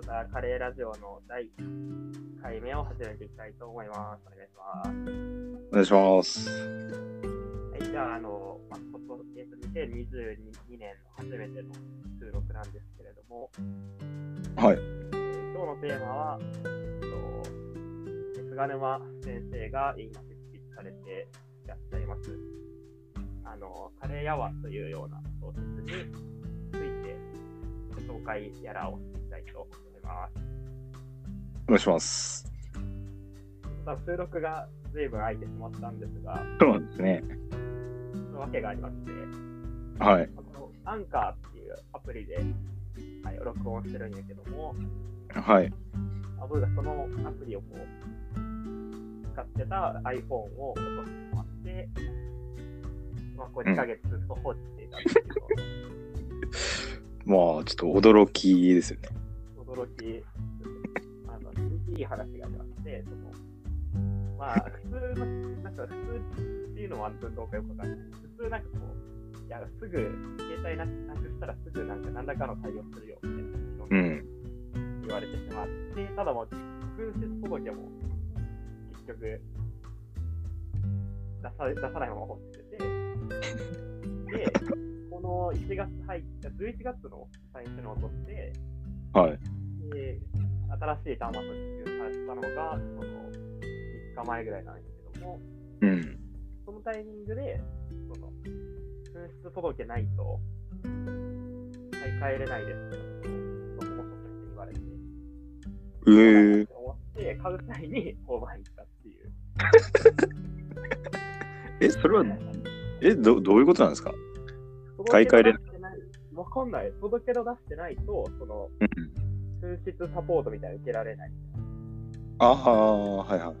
たカレーラジオの第1回目を始めていきたいと思います。お願いします。 お願いします。 はい、じゃあ、2022年の初めての収録なんですけれども、 はい。 今日のテーマは、菅沼先生が今執筆されていらっしゃいます、カレーやわというような小説について紹介やらをしていきたいと思います。 お願いします。 収録が随分空いてしまったんですが、 そうなんですね。 そのわけがありまして、 はい。 アンカーっていうアプリで、はい、録音してるんやけども、 はい。 僕がそのアプリをこう使ってた iPhone を落としてしまって、2ヶ月ずっと放置していたんですけど、 まあ、ちょっと驚きですよね。 驚き、いい話がありまして、普通っていうのはどうかよくわかんない。普通なんかこう、いや、すぐ、携帯なくしたらすぐ何らかの対応するよみたいな言われてしまって、ただもう、紛失届も結局出さないまま放置してて、で、この1月入った11月の最初の落として、 はい。 で、新しい端末を支給されたのが、その3日前ぐらいなんですけども、そのタイミングで、紛失届ないと買い替えれないですけど、ドコモショップの人に言われて、そうだと思って買う際に購買に行ったっていう。 それは、どういうことなんですか？買い替えれない。 わかんない。届け出出してないと、紛失サポートみたいなの受けられない。 はいはい。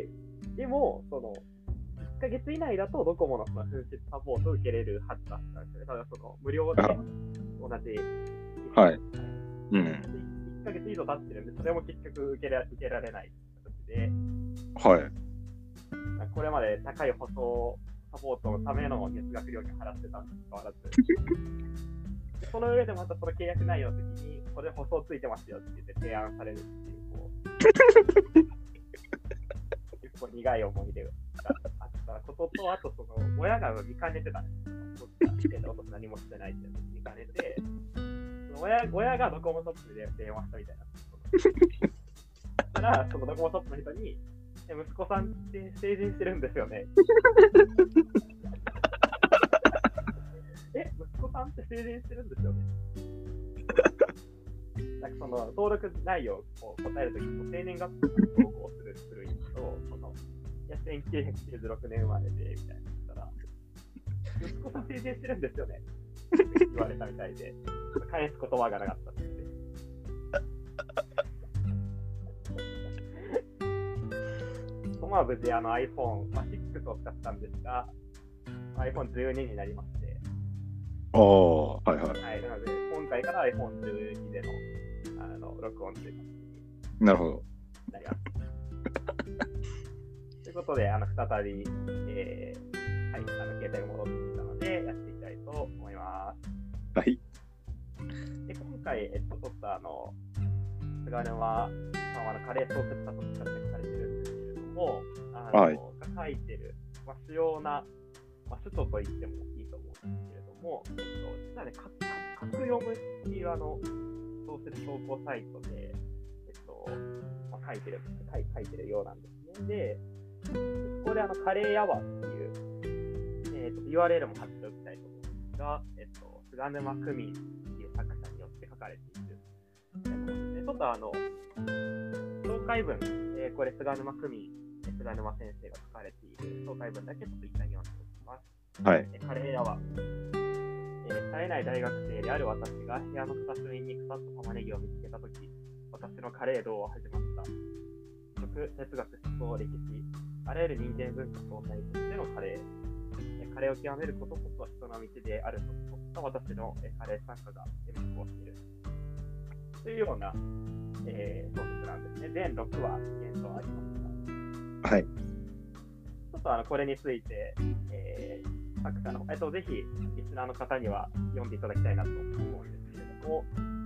でも、1ヶ月以内だとドコモの紛失サポートを受けれるはずだったんですよね。ただ無料で同じ。 はい。 1ヶ月以上経ってるんで、それも結局受けられない形で、 はい。 これまで高い保証サポートのための月額料金を払ってたにもかかわらず、その上でまたその契約内容の時に、これ保証ついてますよって言って提案されるっていう、結構苦い思い出があったことと、あと親が見かねてたんですよ。僕がしてたこと何もしてないって見かねて、親がドコモショップで電話したみたいな。だから、そのドコモショップの人に、息子さんって成人してるんですよね。息子さんって成人してるんですよね。なんか登録内容を答えるときに生年月日を投稿するんですけど、1996年生まれでみたいな言ったら、息子さん成人してるんですよねって言われたみたいで、返す言葉がなかったんですね。無事iPhone、6を使ったんですが、iPhone12 になりまして、 はいはい。 はい、なので、今回から iPhone12 での録音という形になるほど。 なります。ということで、再び、携帯が戻ってきたので、やっていきたいと思います。 はい。 で、今回、ちょっと菅沼さんはカレー小説家として活躍されてるんですけれども、が書いてる、主要な、首都と言ってもいいと思うんですけれども、実はね、格読むっていう小説投稿サイトで、書いてるようなんですね。で、ここでカレーやわっていう、URL も貼っておきたいと思うんですが、菅沼久美っていう作者によって書かれているものですね。ちょっと紹介文、これ菅沼先生が書かれている紹介文だけちょっと一旦読んでおきます。 はい。 カレーやわ。冴えない大学生である私が部屋の片隅に腐った玉ねぎを見つけたとき、私のカレー道は始まった。食、哲学、思想、歴史、あらゆる人間文化総体としてのカレー。カレーを極めることこそ人の道であると思った私のカレー参加が演目をしている。というような、小説なんですね。全6話、現状ありますが。 はい。 ちょっとこれについて、作者の、ぜひリスナーの方には読んでいただきたいなと思うんですけれども、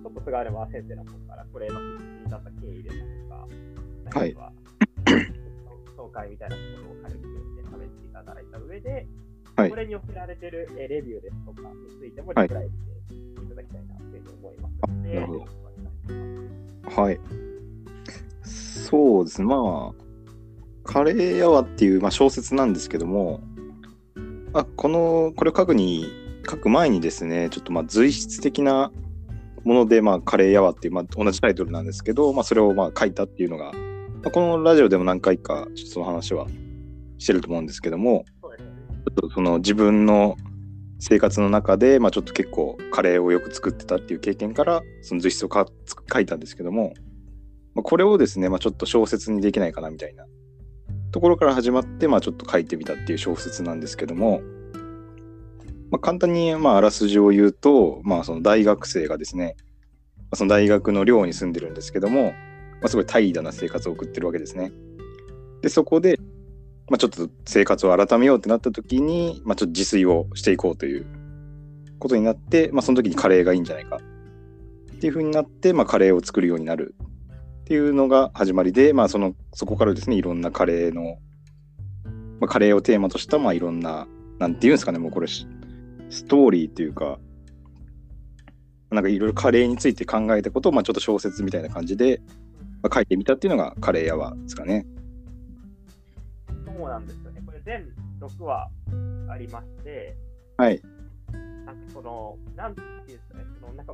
ょっと菅沼先生の方からこれの出資になった経緯ですとか、 はい、 紹介みたいなところを軽く喋っていただいた上で、 はい、 これに寄せられているレビューですとかについてもリプライしていただきたいなというふうに思いますので、 なるほど。はい。そうですね、まあ、カレー屋はっていう、まあ、小説なんですけども、これを書く前にですね、ちょっとまあ随筆的なもので、まあ、カレー屋はっていう、まあ、同じタイトルなんですけど、まあ、それをまあ書いたっていうのが、まあ、このラジオでも何回かちょっとその話はしてると思うんですけども、ちょっとその自分の生活の中で、まあ、ちょっと結構カレーをよく作ってたっていう経験からその随筆を書いたんですけども、まあ、これをですね、まあ、ちょっと小説にできないかなみたいなところから始まって、まあ、ちょっと書いてみたっていう小説なんですけども、まあ、簡単にまああらすじを言うと、まあ、その大学生がですね、その大学の寮に住んでるんですけども、まあ、すごい怠惰な生活を送ってるわけですね。でそこで、まあ、ちょっと生活を改めようってなった時に、まあ、ちょっと自炊をしていこうということになって、まあ、その時にカレーがいいんじゃないかっていう風になって、まあ、カレーを作るようになるっていうのが始まりで、まあ、そこからですね、いろんなカレーの、まあ、カレーをテーマとした、まあ、いろんな、なんていうんですかね、もうこれストーリーというか、なんかいろいろカレーについて考えたことを、まあ、ちょっと小説みたいな感じで、まあ、書いてみたっていうのがカレー屋はですかね。 そうなんですよね。これ全6話ありまして、 はい。 なんかなんていうんですかね、なんか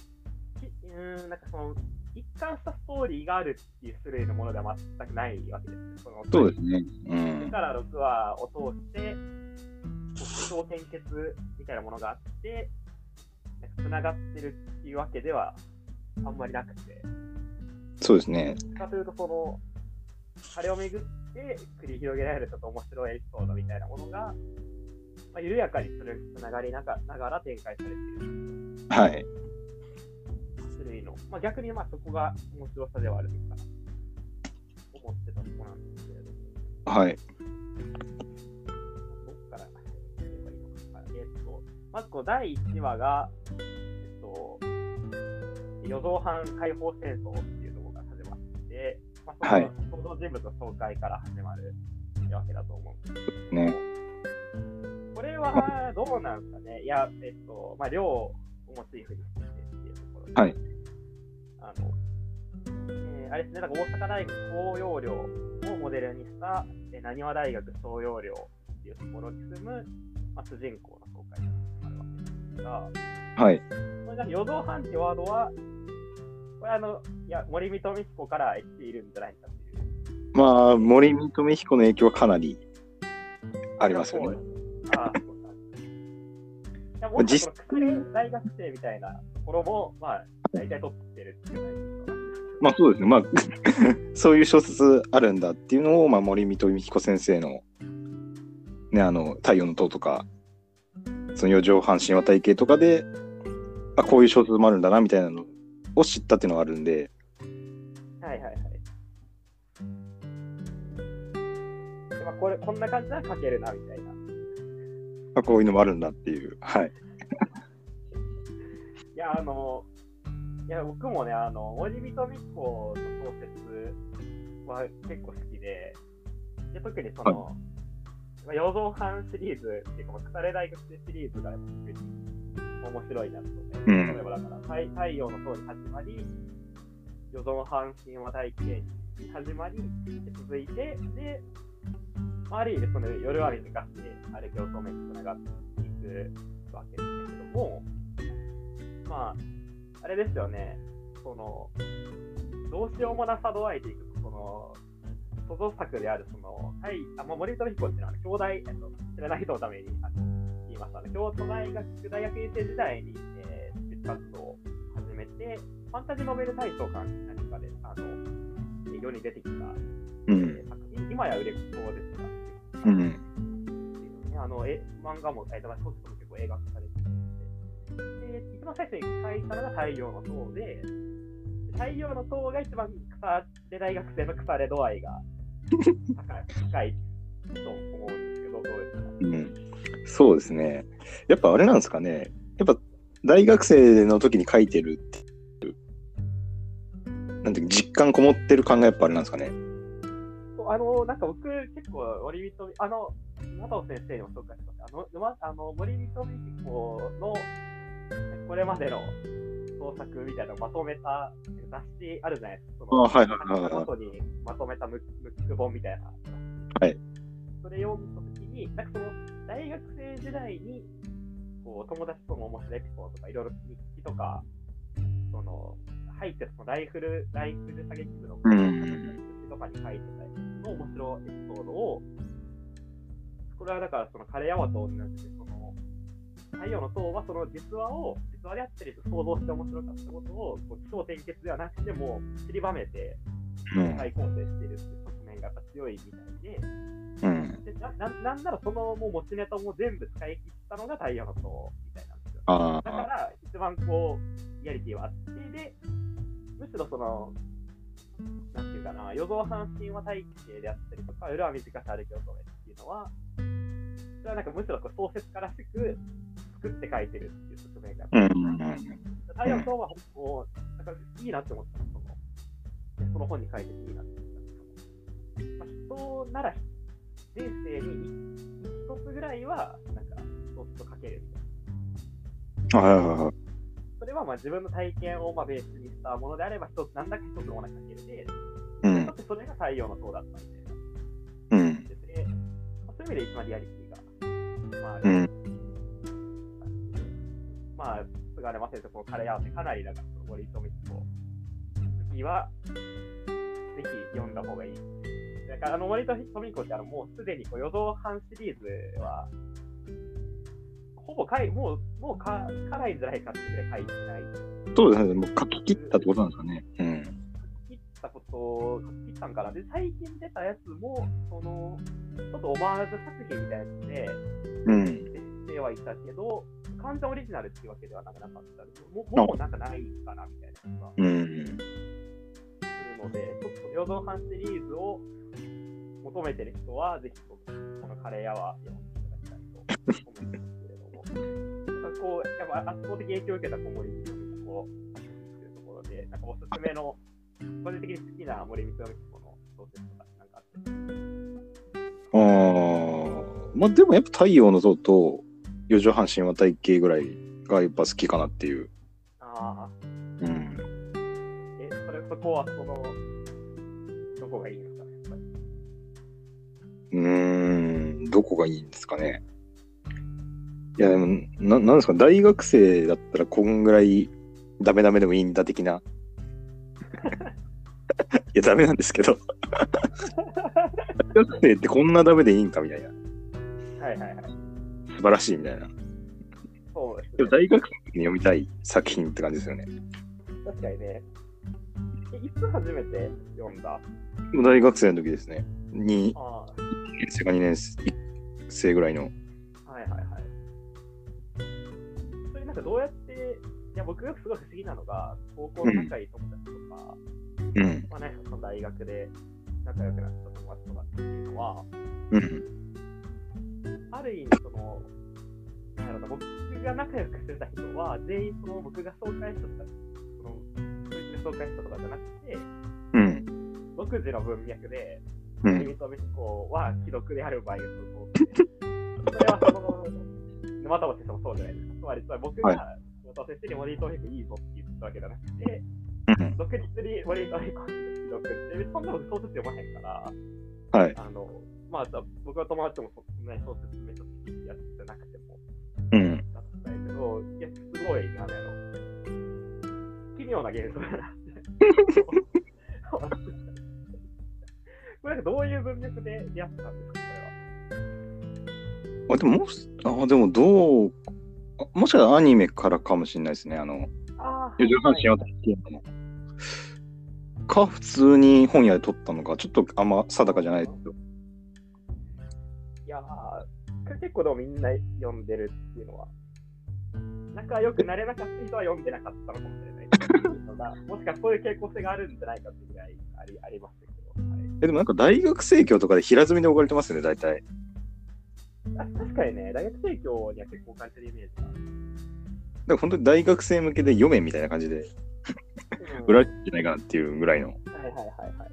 一貫したストーリーがあるっていう種類のものでは全くないわけですね。 そうですね。 1から6話を通して、小転結みたいなものがあって、つながってるっていうわけではあんまりなくて。 そうですね。 かというと、あれを巡って繰り広げられるちょっと面白いエピソードみたいなものが、まあ、緩やかにつながりながら展開されている。 はい。 種類の、まあ、逆にまあそこが面白さではあるのかなと思ってたところなんですけれども。 はい。 どこから言えばいいのか。まず第1話が、四畳半解放戦争っていうところが始まって、まあ、その登場人物の紹介から始まるわけだと思うんですけど、ね、これはどうなんですかね。いや、まあ、量をモチーフにしてっていうところで、 はい、 あれですね、なんか大阪大学総要領をモデルにしたなにわ大学総要領っていうところに住む、まあ、主人公の紹介が始まるわけですが、 はい。 これ四畳半っていうワードは、これいや森見と美彦から言っているんじゃないかっていう。 まあ、森見と美彦の影響はかなりありますよね。 実際大学生みたいなところも、まあ、大体取ってるっていうか。 まあそうですね。まあ、そういう小説あるんだっていうのを、まあ、森見と美彦先生の、ね、太陽の塔とか、その四畳半神話体系とかで、こういう小説もあるんだなみたいなのを知ったっていうのがあるんで。 はいはいはい。まあ、こんな感じは書けるなみたいな。 こういうのもあるんだっていう。はい。 いや僕もね、森見と美彦の小説は結構好きで、特に四畳半シリーズっていうか、腐れ大学生シリーズが面白いなと思って、例えばだから太陽の塔に始まり、四畳半神話体系に始まり、続いて、で、ある意味夜は短くて、あれ競争面につながっていくわけですけれども、まあ、あれですよね、どうしようもなさ度合いでいくと、創造作である森見と美彦っていうのは、兄弟、知らない人のために言います京都大学院生時代に、執筆活動を始めて、ファンタジーノベル大賞か何かで世に出てきた、作品、今や売れっ子ですが、漫画も小説も結構映画化されていて、一番最初に書いたのが太陽の塔で、太陽の塔が一番大学生の腐れ度合いが高いと思うんですけど、どうですか？ そうですね。やっぱあれなんですかね。やっぱ大学生の時に書いてるっていうなんていうか実感こもってる感がやっぱあれなんですかね。 なんか僕、結構、森人、又尾先生にも紹介しました。森人美彦の、これまでの創作みたいなのをまとめた雑誌あるじゃないですか。 はいはいはいはい。 ごとにまとめたムック本みたいな。 はい。 それを見たときに、なんかその、大学生時代に、こう、友達との面白いエピソードとか、いろいろ日記とか、入ってそのライフル射撃部のとかに書いてたの面白いエピソードを、これはだからそのカレーヤマと同じで、その太陽の塔はその実話であったり想像して面白かったことをこう奇想天結ではなくても散りばめて再構成しているっていう側面が強いみたいで、でなんならそのもう持ちネタも全部使い切ったのが太陽の塔みたいなんですよ。だから一番こうリアリティはあって、でむしろそのなんていうかな、予想阪神は体系であったりとか、裏は短さ歩き乙女っていうのは、それはなんかむしろこう創設からしく作って書いてるっていう側面があって、太陽の塔はもうなんかいいなって思ったの、その本に書いてていいなって思った。人なら人生に一つぐらいはなんかそうすると書けるみたいな。それはまあ自分の体験をまあベースにしたものであれば、何だか一つのものが書けるで、それが太陽の塔だったみたいな。でそういう意味で一番リアリティが、まあ、まあ、菅沼先生、このカレーアートかなりだから、森富彦好きは、ぜひ読んだ方がいい。だから森富彦ってもうすでにこう予想班シリーズは、ほぼもう書かないんじゃないかっていうぐらい書いてない。 そうですね、もう書き切ったってことなんですかね。 書き切ったんかな。で、最近出たやつも、ちょっとオマージュ作品みたいなやつで、出てはいたけど、完全オリジナルっていうわけではなかったり、もうなんかないかなみたいなのがするので、ちょっと予想班シリーズを求めてる人は、ぜひこのカレー屋は読んでいただきたいと思います。こうやっぱ圧倒的影響を受けた森光美子というところで、なんかおすすめの、個人的に好きな森光美子の小説とかなんかあって。 まあでもやっぱ太陽の塔と四畳半神話体系ぐらいがやっぱ好きかなっていう。 そこはどこがいいんですかね、やっぱり。 どこがいいんですかね。いやでもなんですか、大学生だったらこんぐらいダメでもいいんだ的な。いやダメなんですけど。大学生ってこんなダメでいいんかみたいな。素晴らしいみたいな。 そうですね。 でも大学生に読みたい作品って感じですよね。 確かにね。いつ初めて読んだ？ 大学生の時ですね。1年生か2年生ぐらいの。 それなんかどうやって、いや僕がすごい不思議なのが、高校の仲いい友達とか、まあね、その大学で仲良くなった友達とかっていうのは、ある意味僕が仲良くしてた人は、全員僕が紹介した紹介したとかじゃなくて、独自の文脈で、森光美子は既読である場合がそうで、それは沼田先生もそうじゃないですか。つまり僕が沼田先生に森光美子いいぞって言ったわけじゃなくて、独立に森光美子の既読って、そんなこと小説読まへんから、まあ僕は友達もそんなに小説めっちゃ好きってやつじゃなくても、だったんだけど、いや、すごい、奇妙な現象だなって。これどういう文脈で出会ったんですか、これは。 でももしかしたらアニメからかもしれないですね。四畳半神話体系のか、普通に本屋で撮ったのか、ちょっとあんま定かじゃないですけど。 いやー、結構でもみんな読んでるっていうのは、仲良くなれなかった人は読んでなかったのかもしれないのが、もしかそういう傾向性があるんじゃないかっていうぐらいありますけど。 でもなんか大学生協とかで平積みで置かれてますよね、大体。 確かにね、大学生協には結構置かれてるイメージが。 だから本当に大学生向けで読めみたいな感じで。 売られてんじゃないかなっていうぐらいの。 はいはいはいはい。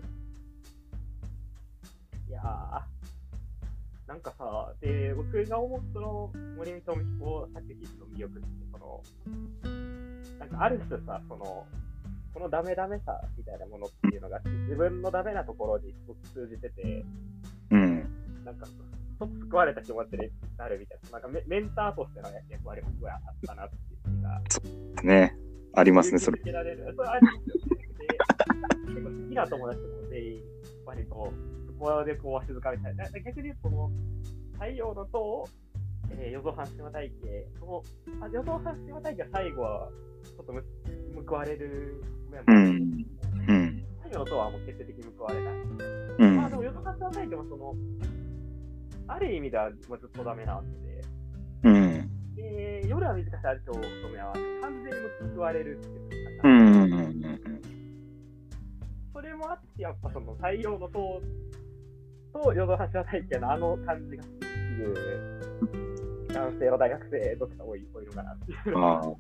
いやー、なんかさ、で、僕が思うその森見智彦作品の魅力って、なんかある種さ、このダメダメさみたいなものっていうのが自分のダメなところにすごく通じてて、なんかちょっと救われた気持ちになるみたいな、なんかメンターとしての役割もすごいあったなっていう気が。 そうですね。ありますね、それ。 それあるんですよね。で、結構好きな友達とかも全員、割とそこでこうわしづかみたいな。逆にこの太陽の塔、夜空半島体系の、夜空半島体系は最後はちょっと報われる面もあるんですけど、太陽の塔はもう決定的に報われない。まあでも夜空半島体系もある意味ではもうずっとダメなわけで、夜は短しあると乙女は完全に報われるっていうか、それもあってやっぱその太陽の塔と夜空半島体系のあの感じが好きっていう男性の大学生読者多いのかなっていうのが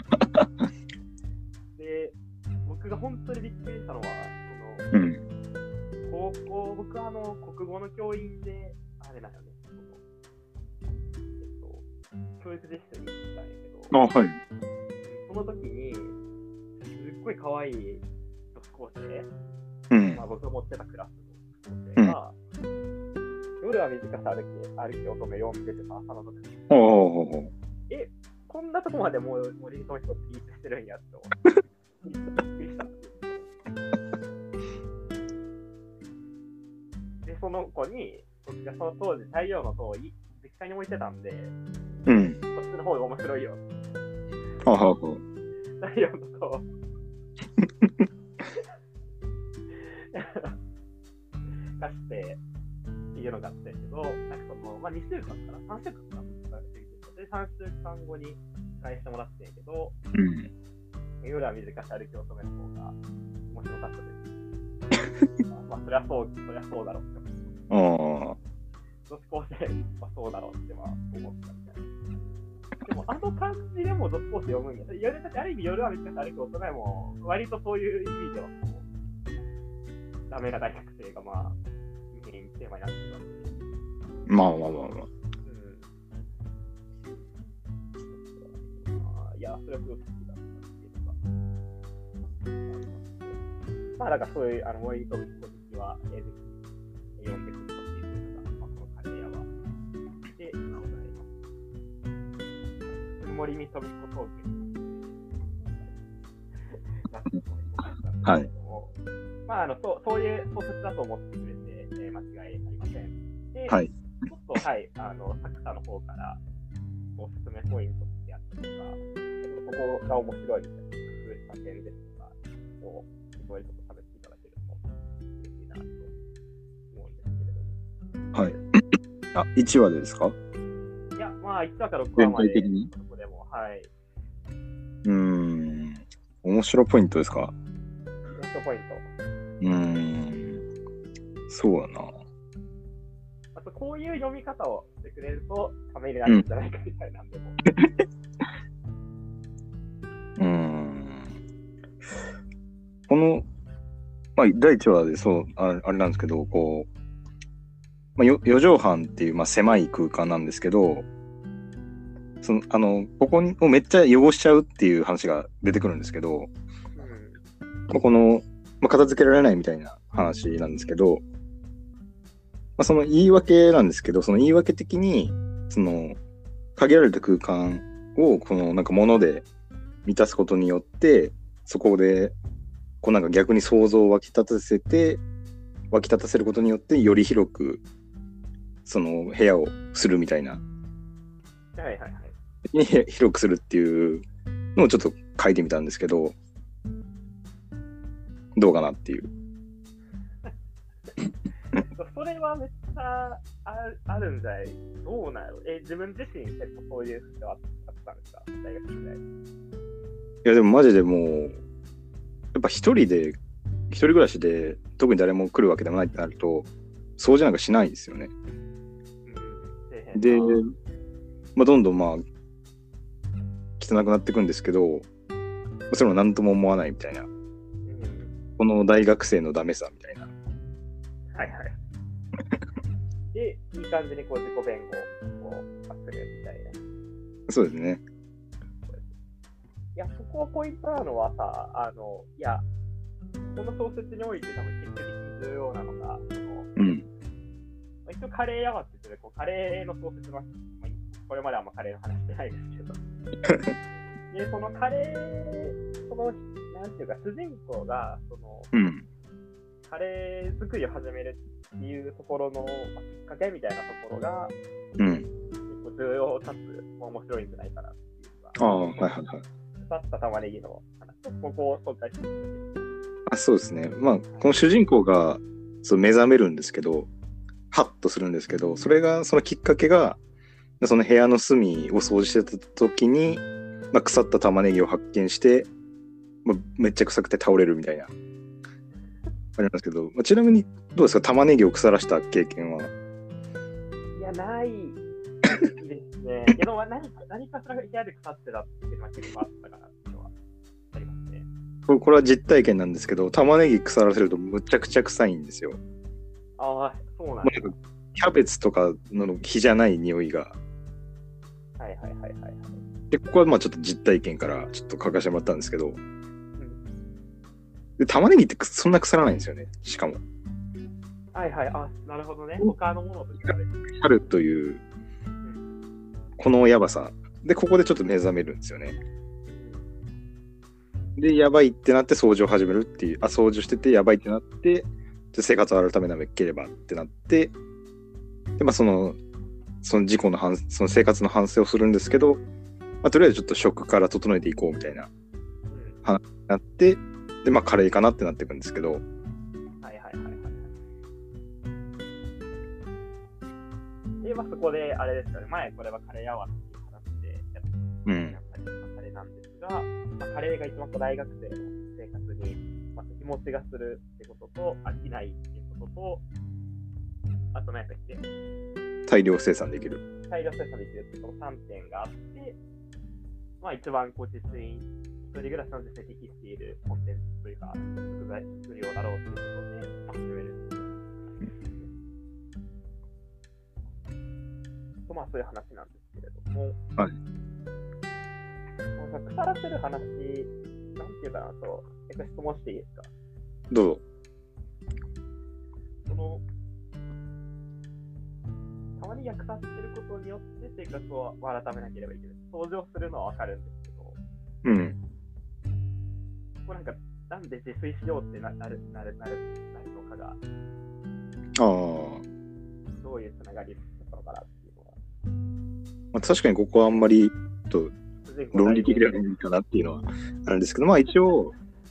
で、僕が本当にびっくりしたのは高校、僕は国語の教員であれだよね、教育実習に行ったんやけど、その時にすっごい可愛い女子高生、僕が持ってたクラスの女子高生が、夜は短さ歩き乙女読んでてさ、その時に。こんなとこまでもう森見智彦ってリーチしてるんやって思って。びっくりした。で、その子に、僕がその当時、太陽の塔を実家に置いてたんで、こっちの方が面白いよ。太陽の塔。貸してっていうのがあったんやけど、なんか2週間かな ?3 週間かなで、3週間後に返してもらってんやけど、夜は短し歩き乙女の方が面白かったです。まあ、そりゃそうだろうって思って。女子高生はそうだろうって思ったみたいな。でも、あの感じでも女子高生読むんや。ある意味夜は短し歩き乙女も、割とそういう意味ではダメな大学生がメインテーマになってるわけで。いや、それはすごく好きだったっていうのが。だからそういう、森見智彦的は、読んでくるというのが、このカレー屋は。で、ございます。森見智彦トークに。そういう小説だと思ってくれて、間違いありません。で、ちょっと、作者の方からおすすめポイントってやったりとか、ここが面白いみたいな工夫した点ですとかを、すごいちょっと喋っていただけると嬉しいなと思うんですけれども。 1話でですか？ いや、1話から6話まで。全体的に？そこでも、 面白ポイントですか？ 面白ポイント。 そうだな。 あと、こういう読み方をしてくれると、ためになるんじゃないかみたいなんでも。 この、第1話であれなんですけど、四畳半っていう、狭い空間なんですけど、ここをめっちゃ汚しちゃうっていう話が出てくるんですけど、この、片付けられないみたいな話なんですけど、その言い訳なんですけど、その言い訳的に、限られた空間を、なんか物で満たすことによって、そこで、なんか逆に想像を湧き立たせることによって、より広く、部屋をするみたいな。広くするっていうのをちょっと書いてみたんですけど、どうかなっていう。 それはめっちゃあるんじゃない？どうなの？自分自身結構そういう人はあったんですか？大学時代。いやでもマジでもうやっぱ一人暮らしで特に誰も来るわけでもないってなると掃除なんかしないですよね。で、どんどん汚くなっていくんですけど、それも何とも思わないみたいなこの大学生のダメさみたいな。 はいはい。で、いい感じにこう自己弁護をするみたいな。 そうですね。 いや、そこはポイントなのはさ、いや、この小説において多分結局的に重要なのが、一応カレーヤマって言ってこうカレーの小説の、これまであんまカレーの話してないですけど、で、そのカレー、なんていうか、主人公が、カレー作りを始めるっていうところの、きっかけみたいなところが、結構重要かつ面白いんじゃないかなっていうか、 はいはいはい。 腐った玉ねぎの話、ここを紹介してみそうですね。この主人公が目覚めるんですけど、ハッとするんですけど、それが、そのきっかけが、その部屋の隅を掃除してた時に、腐った玉ねぎを発見して、めっちゃ臭くて倒れるみたいな。ありますけど、ちなみにどうですか、玉ねぎを腐らした経験は。 いや、ないですね。けど、何かしら部屋で腐ってたっていうのは結構あったかなっていうのはありますね。 これは実体験なんですけど、玉ねぎ腐らせるとむちゃくちゃ臭いんですよ。 ああ、そうなんですか。 キャベツとかの火じゃない匂いが。 はいはいはいはい。 で、ここはちょっと実体験からちょっと書かせてもらったんですけど、で玉ねぎってそんな腐らないんですよね、しかも。 はいはい、なるほどね。他のものと比べて。 春という、このやばさ。で、ここでちょっと目覚めるんですよね。で、やばいってなって掃除を始めるっていう、掃除しててやばいってなって、生活を改めなければってなって、で、その事故のその生活の反省をするんですけど、とりあえずちょっと食から整えていこうみたいな話になって、で、カレーかなってなっていくんですけど。 はいはいはいはい。で、そこで、あれですよね、前これはカレーやわっていう話でやったカレーなんですが、カレーが一番大学生の生活に、気持ちがするってことと、飽きないっていうことと、あと何やったっけ？ 大量生産できる。 大量生産できるってこの3点があって、一番自炊、一人暮らしの自炊に適しているコンテンツというか、食材作りをだろうということで、始めるっていう。そういう話なんですけれども、 はい。 腐らせる話、なんていうかなと、質問していいですか？ どうぞ。 玉ねぎが腐っていることによって生活を改めなければいけない。掃除をするのは分かるんですけど、なんで自炊しようってなるのかが、どういうつながりだったのかなっていうのは。 確かにここはあんまり論理的ではないかなっていうのはあるんですけど、一応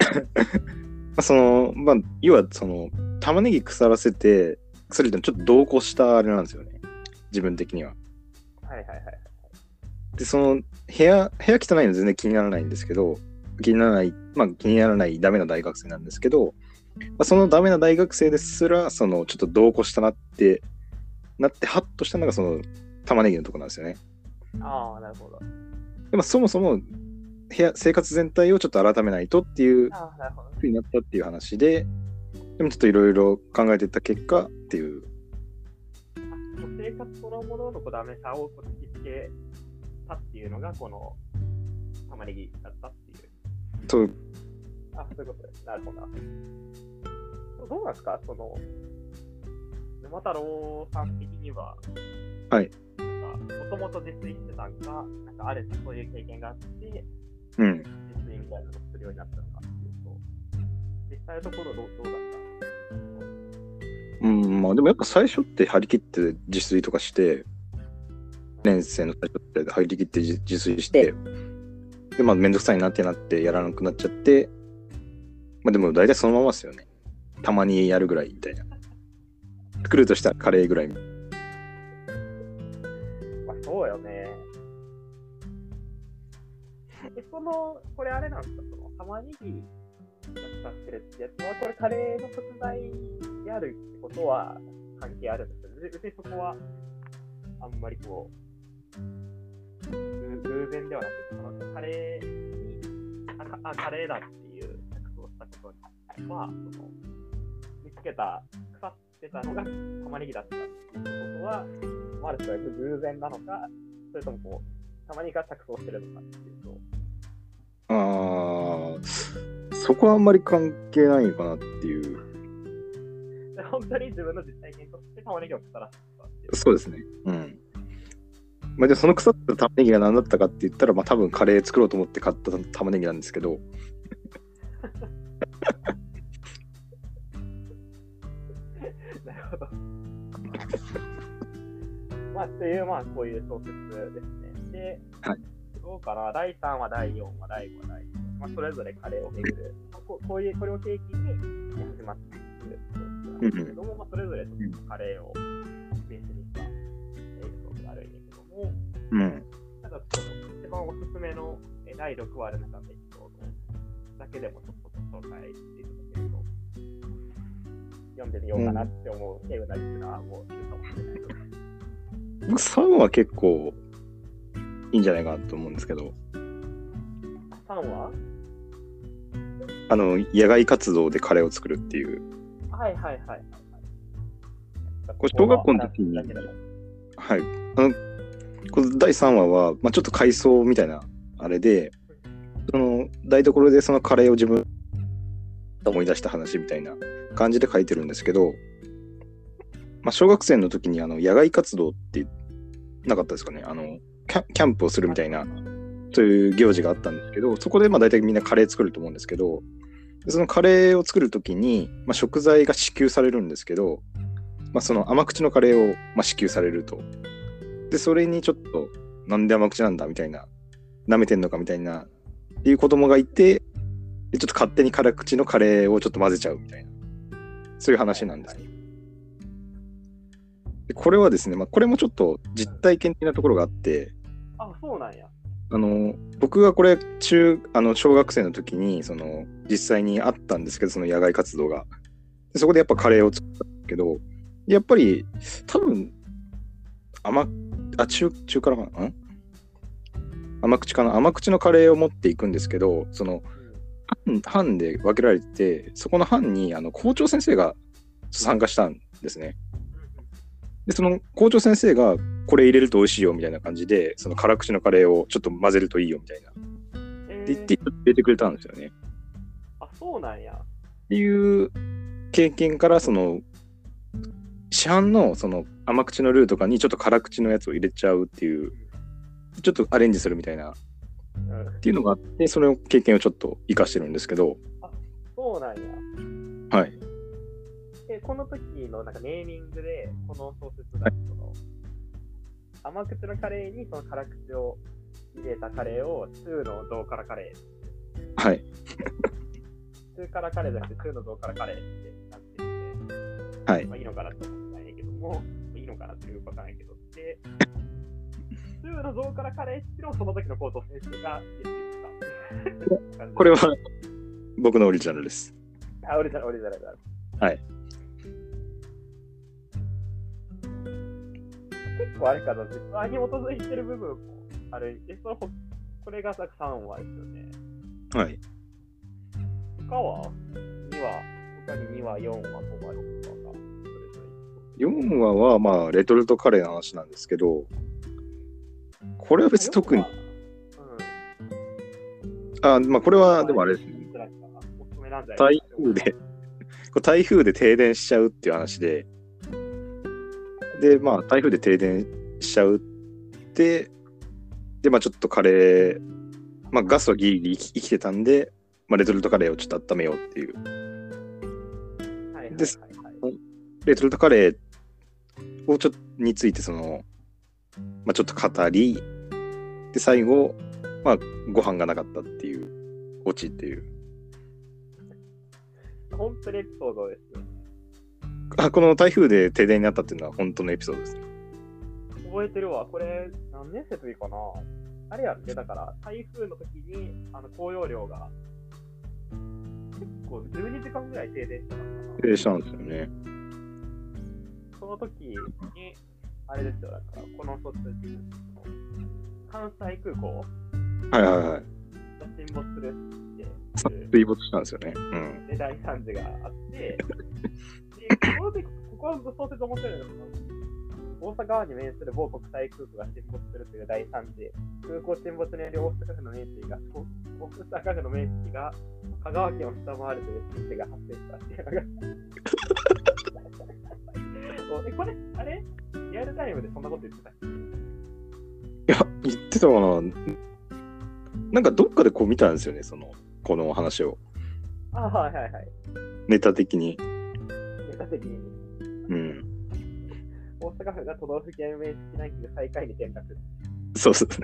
要は玉ねぎ腐らせてちょっと同行したあれなんですよね、自分的には。 はいはいはい。 で、部屋汚いの全然気にならないんですけど、気にならないダメな大学生なんですけど、そのダメな大学生ですらちょっと同行したなってハッとしたのが玉ねぎのところなんですよね。 なるほど。 でもそもそも生活全体をちょっと改めないとっていうふうになったっていう話で、でもちょっといろいろ考えていった結果っていう。 生活そのもののダメさを突きつけたっていうのがこの玉ねぎだったっていう。そういうことです。なるほど。どうなんですか、沼太郎さん的には。 はい。 もともと自炊してたんか、あるそういう経験があって、自炊みたいなのをするようになったのかっていうと、実際のところどうだった？ でもやっぱ最初って張り切って自炊とかして、年生の最初って張り切って自炊して、で、めんどくさいなってなってやらなくなっちゃって、でも大体そのままですよね。たまにやるぐらいみたいな。作るとしたらカレーぐらい。 そうよね。これあれなんですか、玉ねぎが使ってるってやつは、これカレーの食材であるってことは関係あるんですけど、別にそこはあんまり偶然ではなくて、カレーにカレーだっていう着想したことには、見つけた、腐ってたのが玉ねぎだったっていうことは、ある種偶然なのか、それともこう、玉ねぎが着想してるのかっていうと。 そこはあんまり関係ないのかなっていう。 本当に自分の実体験として玉ねぎを腐らせたっていう。 そうですね。うん。まあ、でその腐った玉ねぎが何だったかって言ったら、まあ多分カレー作ろうと思って買った玉ねぎなんですけど。 なるほど。まあ、という、まあ、こういう小説ですね。で、 はい、 どうかな、第3話、第4話、第5話、第6話、まあ、それぞれカレーを巡る、こういう、これを契機に始まっていく小説なんですけども、まあ、それぞれちょっとカレーをベースにしたエピソードがあるんですけども、ただ、一番おすすめの第6話で中のエピソードだけでもちょっと紹介していただけると、読んでみようかなって思う、うなリスナーもいるかもしれないので。 僕3は結構いいんじゃないかなと思うんですけど。 3は野外活動でカレーを作るっていう。 はいはいはいはい。 これ小学校の時に、はい。この第3話は、まあ、ちょっと回想みたいなあれで、その台所でそのカレーを自分思い出した話みたいな感じで書いてるんですけど、まあ、小学生の時に野外活動ってなかったですかね。キャンプをするみたいなそういう行事があったんですけど、そこでまあ大体みんなカレー作ると思うんですけど、そのカレーを作る時に、まあ、食材が支給されるんですけど、まあ、その甘口のカレーをまあ支給されると。でそれにちょっとなんで甘口なんだみたいな、舐めてんのかみたいなっていう子供がいて、ちょっと勝手に辛口のカレーをちょっと混ぜちゃうみたいな、そういう話なんですね。でこれはですね、まあ、これもちょっと実体験的なところがあって、 そうなんや。 僕がこれ小学生の時に実際にあったんですけど、その野外活動がでそこでやっぱカレーを作ったんですけど、やっぱり多分中辛かな、甘口かな、甘口のカレーを持っていくんですけど、その班で分けられてて、そこの班に校長先生が参加したんですね。でその校長先生がこれ入れると美味しいよみたいな感じで、その辛口のカレーをちょっと混ぜるといいよみたいなって言って入れてくれたんですよね。 そうなんや。 っていう経験から、その市販のその甘口のルーとかにちょっと辛口のやつを入れちゃうっていう、ちょっとアレンジするみたいなっていうのがあって、その経験をちょっと活かしてるんですけど。 そうなんや。 はい。 この時のなんかネーミングで、この小説が甘口のカレーにその辛口を入れたカレーを2の同辛カレー。はい。 2辛カレーじゃなくて2の同辛カレーってなってて、 はい。 まあいいのかなと思ってないけども、いいのかなっていうことはないけど、で、2の同辛カレーっていうのをその時の校長先生が言ってた。 これは僕のオリジナルです。 オリジナルだ。 はい。 結構あれかな、実話に基づいてる部分もある。これが3話ですよね。 はい。 他に2話、4話、5話、6話が。 4話はまあレトルトカレーの話なんですけど、これは別に特に。まあこれはでもあれですね。台風で停電しちゃうっていう話で、まあ台風で停電しちゃうで、まあちょっとカレー、まあガスはギリギリ生きてたんで、まあレトルトカレーをちょっと温めようっていう。で、レトルトカレーをについてまあちょっと語り、で最後、まあご飯がなかったっていうオチっていう。 本当にエピソードですよね。 この台風で停電になったっていうのは本当のエピソードですね。 覚えてるわ。これ何年生の時かな。あれやって、だから台風の時に降葉量が結構12時間ぐらい停電したのかな。 停電したんですよね。 その時にあれですよ、だからこの関西空港はいはいはい沈没するって水没したんですよね。 で、大惨事があって、でここは小説面白いのが、大阪湾に面する某国際空港が沈没するという大惨事。空港沈没により大阪府の面積が香川県を下回るという事態が発生したっていうのがこれ、あれリアルタイムでそんなこと言ってたっけ？ いや、言ってたかな。なんかどっかでこう見たんですよね、この話を。 はい。 ネタ的に。 大阪府が都道府県面積ランキング最下位に転落。 そうそう。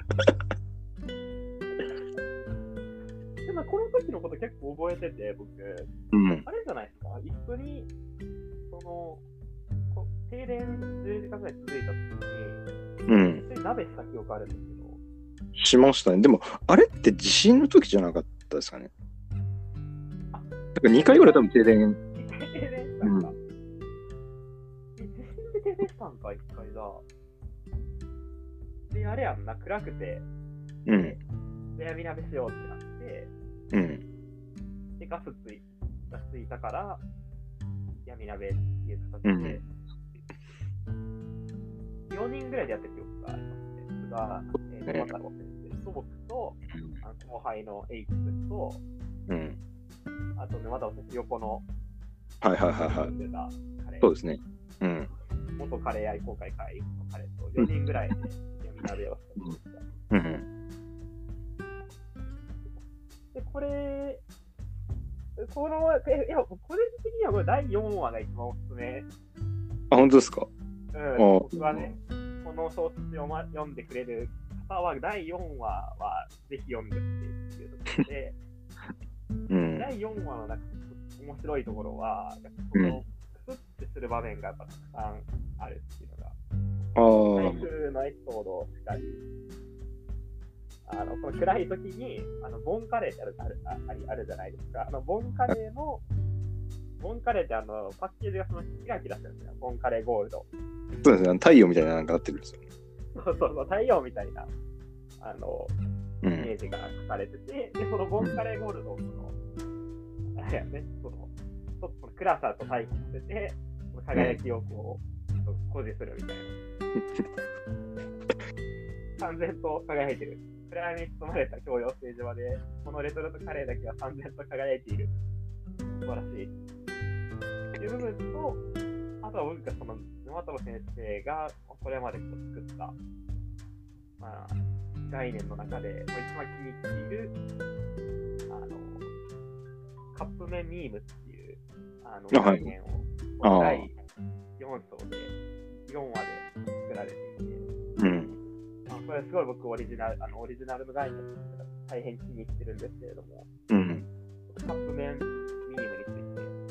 でもこの時のこと結構覚えてて、僕、あれじゃないですか、一緒に、停電10時間ぐらい続いた時に、一緒に鍋した記憶あるんですけど。 しましたね。でも、あれって地震の時じゃなかったですかね。なんか2回ぐらい多分停電。 停電したんか。地震で停電したんか、1回だ。で、あれやんな、暗くて、で、闇鍋しようってなって、で、ガスついたから、闇鍋っていう形で、4人ぐらいでやってる記憶がありますね。それが、沼太郎先生と僕と、後輩のエイクスと、あと沼太郎先生横の、 はい。そうですね。 元カレー愛好会会の彼と4人ぐらいで闇鍋をしてました。で、これ個人的にはこれ第4話が一番おすすめ。 あ、本当ですか？ 僕はね、この小説を読んでくれる方は第4話はぜひ読んでほしいっていうところで、第4話のなんか面白いところは、このクスッてする場面がやっぱたくさんあるっていうのが、台風のエピソードしかり、この暗い時にボンカレーってあるじゃないですか。ボンカレーってパッケージがそのキラキラしてるんですよ。ボンカレーゴールド。 そうですね。太陽みたいななんかなってるんですよね。 そう、太陽みたいなイメージが書かれてて、で、そのボンカレーゴールドをあれやね、ちょっと暗さと対比させて、輝きをこう、誇示するみたいな。完全と輝いてる。暗闇に包まれた共用ステージまで、このレトルトカレーだけは完全と輝いている。素晴らしい。っていう部分と、あとは僕がその沼太郎先生がこれまで作った、概念の中で一番気に入っているカップ麺ミームっていう概念を第4章で4話で作られていて、これすごい僕オリジナルの概念が大変気に入ってるんですけれども、カップ麺ミームについ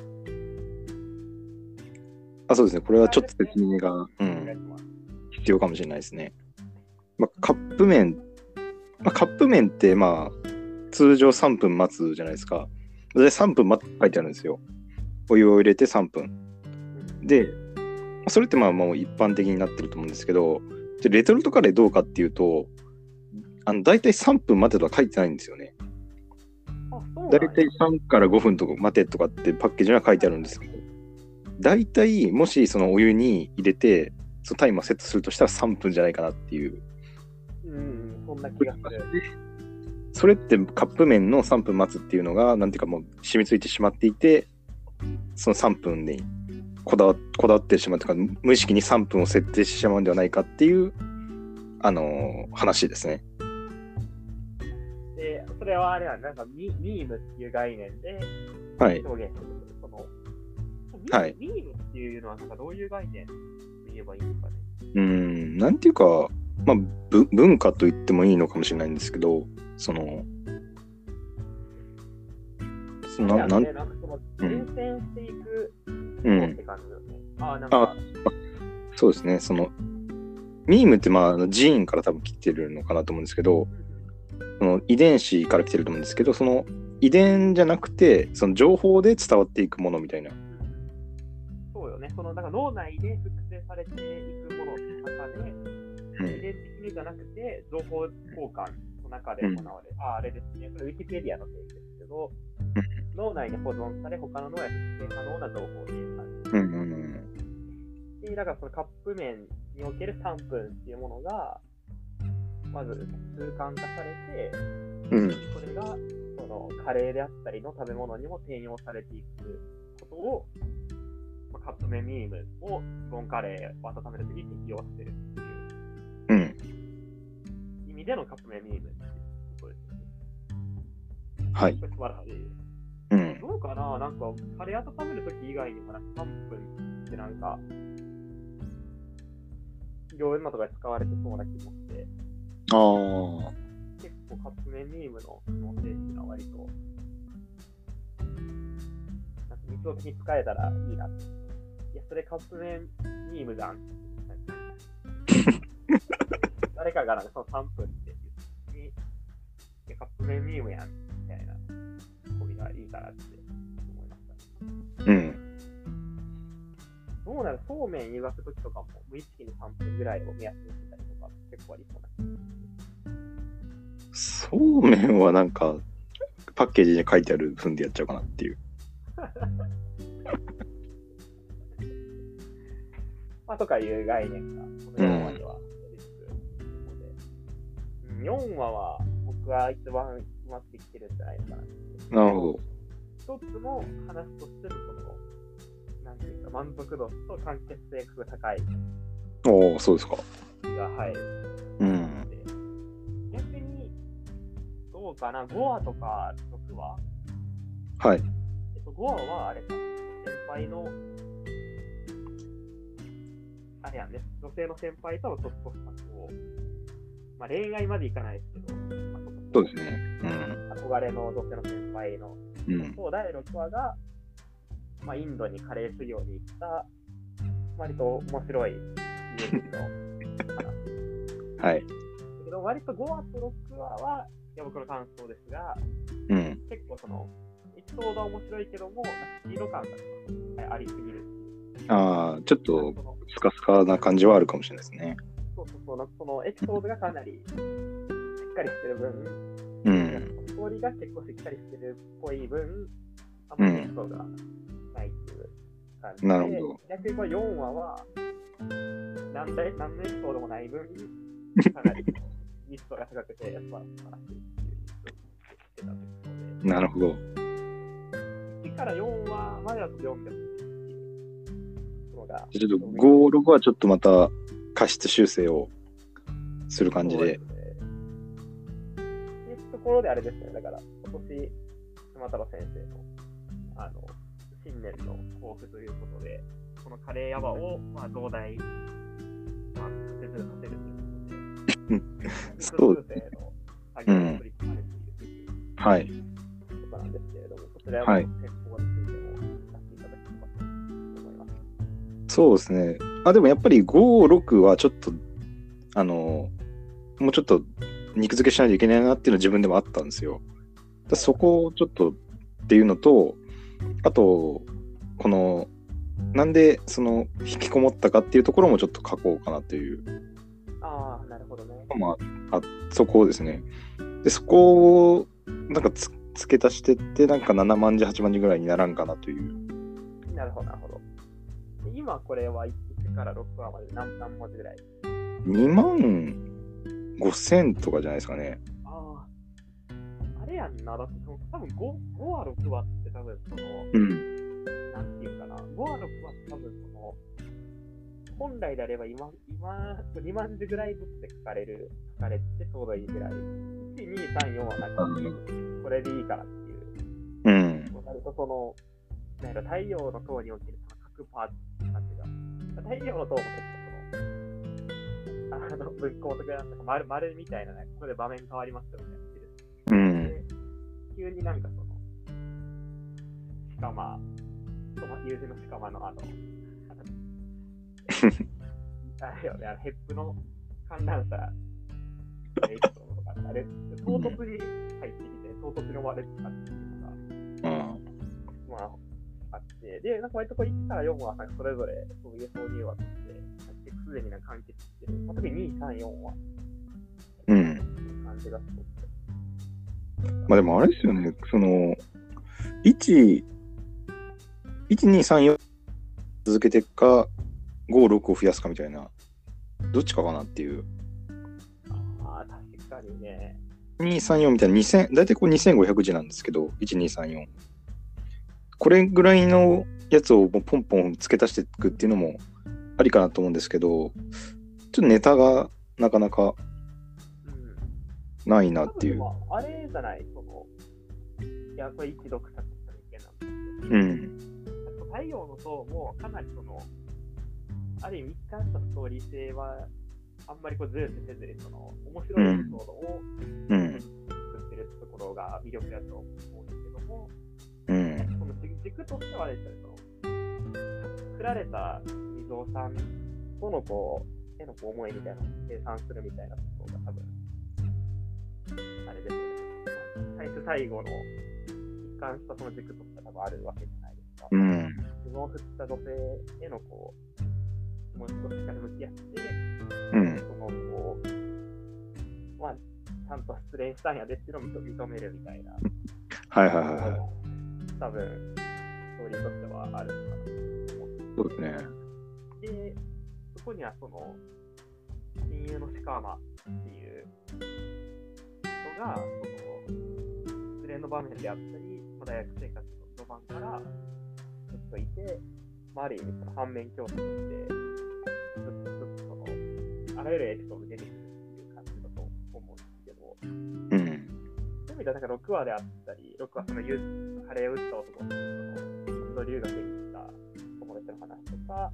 て、 そうですね。これはちょっと説明が、必要かもしれないですね。カップ麺って通常3分待つじゃないですか。で3分待って書いてあるんですよ。お湯を入れて3分。で、それってもう一般的になってると思うんですけど、レトルトカレーどうかっていうと、だいたい3分待てとは書いてないんですよね。だいたい3から5分とか待てとかってパッケージには書いてあるんですけど、だいたいもしそのお湯に入れてそのタイマーセットするとしたら3分じゃないかなっていう。 そんな気がする。 それってカップ麺の3分待つっていうのがなんていうかもう染みついてしまっていて、その3分にこだわってしまうというか、無意識に3分を設定してしまうんではないかっていう話ですね。 で、それはあれはなんかミームっていう概念で表現する。ミームっていうのはなんかどういう概念と言えばいいのかね。 なんていうか、文化と言ってもいいのかもしれないんですけど、伝染していくって感じだよね。そうですね。ミームってジーンから多分来てるのかなと思うんですけど、その遺伝子から来てると思うんですけど、その遺伝じゃなくてその情報で伝わっていくものみたいな。 そうよね。なんか脳内で複製されていくものの中で、遺伝的にじゃなくて情報交換、 の中で行われる、あれですね、それウィキペディアの定義ですけど、脳内に保存され、他の脳や特定可能な情報を入れる。だからそのカップ麺における3分っていうものが、まず習慣化されて、それがそのカレーであったりの食べ物にも転用されていくことを、カップ麺ミームをボンカレーを温めるときに適用してるっていう意味でのカップ麺ミームっていうことですよね。 はい。 これ素晴らしい。どうかな、なんかカレー温めるとき以外にもなんか3分ってなんかいろんなところで使われてそうな気もして。結構カップ麺ミームの可能性っていうのは割となんか日常的に使えたらいいなって。いや、それカップ麺ミームじゃん。誰かがなんかその3分って言って、カップ麺ミームやんみたいなコミがいいかなって思いましたね。どうなる、そうめん湯がくときとかも無意識に3分ぐらいを目安にしてたりとか結構ありそうな気がします。 そうめんはなんかパッケージに書いてある分でやっちゃうかなっていう。 とかいう概念がこの4話には出てくるので、4話は僕は一番うまくできてるんじゃないのかな。 なるほど。 一つの話としてのそのなんていうか満足度と完結性が高い。 そうですか。 が入る。逆にどうかな、5話とか6話。 はい。 5話はあれか、先輩のあれやんね、女性の先輩とのトップスを、恋愛までいかないですけど、 そうですね。 憧れの女性の先輩の、第6話が、インドにカレー修行に行った、割と面白い友人の話。はい。だけど、割と5話と6話は、僕の感想ですが、結構その、エピソードは面白いけども、スピード感がありすぎる。 ちょっとスカスカな感じはあるかもしれないですね。 そのエピソードがかなりしっかりしてる分、ストーリーが結構しっかりしてるっぽい分、あんまりエピソードがないっていう感じで、 なるほど。 逆にこれ4話は、何のエピソードもない分、かなりミストが高くて、やっぱ素晴らしいっていう印象をしてたんですので。 なるほど。 1から4話までは読んでほしい。 ちょっと5、6はちょっとまた過失修正をする感じで。 っていうところであれですね、だから今年、島太郎先生の新年の抱負ということで、このカレーヤバを増大、達成させるということで、 そう修正の作業を取り組まれているということなんですけれども、こちらは先方についても出していただきたいと思います。 そうですね。でもやっぱり5、6はちょっともうちょっと肉付けしないといけないなっていうのは自分でもあったんですよ。そこをちょっとっていうのと、あとこのなんでその引きこもったかっていうところもちょっと書こうかなという。 なるほどね。 そこですね。でそこをなんか付け足してってなんか7万字8万字ぐらいにならんかなという。 なるほどなるほど。今これは1から6話まで何文字ぐらい ?2 万5000とかじゃないですかね。 あれやんな。だって多分 5話6話って多分その、なんていうかな。5話6話って多分その、本来であれば今2万字ぐらいずつで書かれてちょうどいいぐらい。1、2、3、4はなんか、これでいいからっていう。割とその、太陽の塔における各パーツっていう感じが。太陽の塔も結構その、文庫とかなんか丸みたいなね、ここで場面変わりますよね。で急になんかその、友人の鹿間のあれよね、ヘップの観覧車エピソードとかあれ、唐突に入ってきて、唐突に終わるとかっていうのが、あって、で、なんか割と1から4話はそれぞれそういう挿入話として、すでに完結してる、特に2、3、4話。感感じがする。 まあでもあれですよね、その、1、2、3、4続けてか、5、6を増やすかみたいな、どっちかかなっていう。 ああ、確かにね。 2、3、4みたいな2000、大体こう2500字なんですけど、1、2、3、4。これぐらいのやつをもうポンポン付け足していくっていうのもありかなと思うんですけど、ちょっとネタがなかなかないなっていう。 あれじゃない、その、いや、これ一読作者の意見なんですけど、太陽の塔もかなりその、ある意味一貫したストーリー性はあんまりこう重視せずに、その、面白いエピソードを作ってるところが魅力だと思うんですけども、その軸としてはですね、その作られた地蔵さんとのこう、へのこう思いみたいなのを計算するみたいなところが多分、あれですね、最後の一貫したその軸として多分あるわけじゃないですか。自分を振った女性へのこう、気持ちとしっかり向き合って、そのこう、まあ、ちゃんと失恋したんやでっていうのを認めるみたいな。多分、ストーリーとしてはあるのかなと思って。 そうですね。 で、そこにはその、親友のシカーマっていう人が、その、失恋の場面であったり、大学生活の序盤からずっといて、ある意味その反面教師として、ずっとその、あらゆるエピソードで出てくるっていう感じだと思うんですけど、そういう意味ではなんか6話であったり、6話そのカレーを打った男のそのインド留学に行った友達の話とか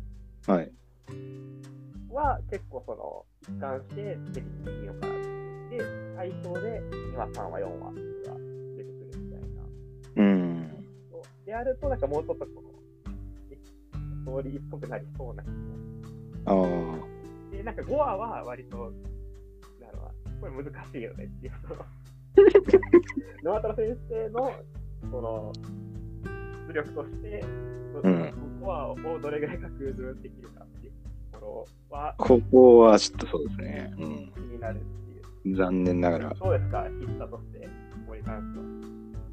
は結構その一貫して出てきていいのかなで、対象で2話、3話、4話が出てくるみたいな。であると、なんかもうちょっとこのストーリーっぽくなりそうな気も。で、なんか5話は割と、これ難しいよねっていう。沼田先生のその出力として、5話をどれぐらいか工夫できるかっていうところは、 ここはちょっとそうですね。 気になるっていう。 残念ながら。 どうですか、筆者として、ここに関しては。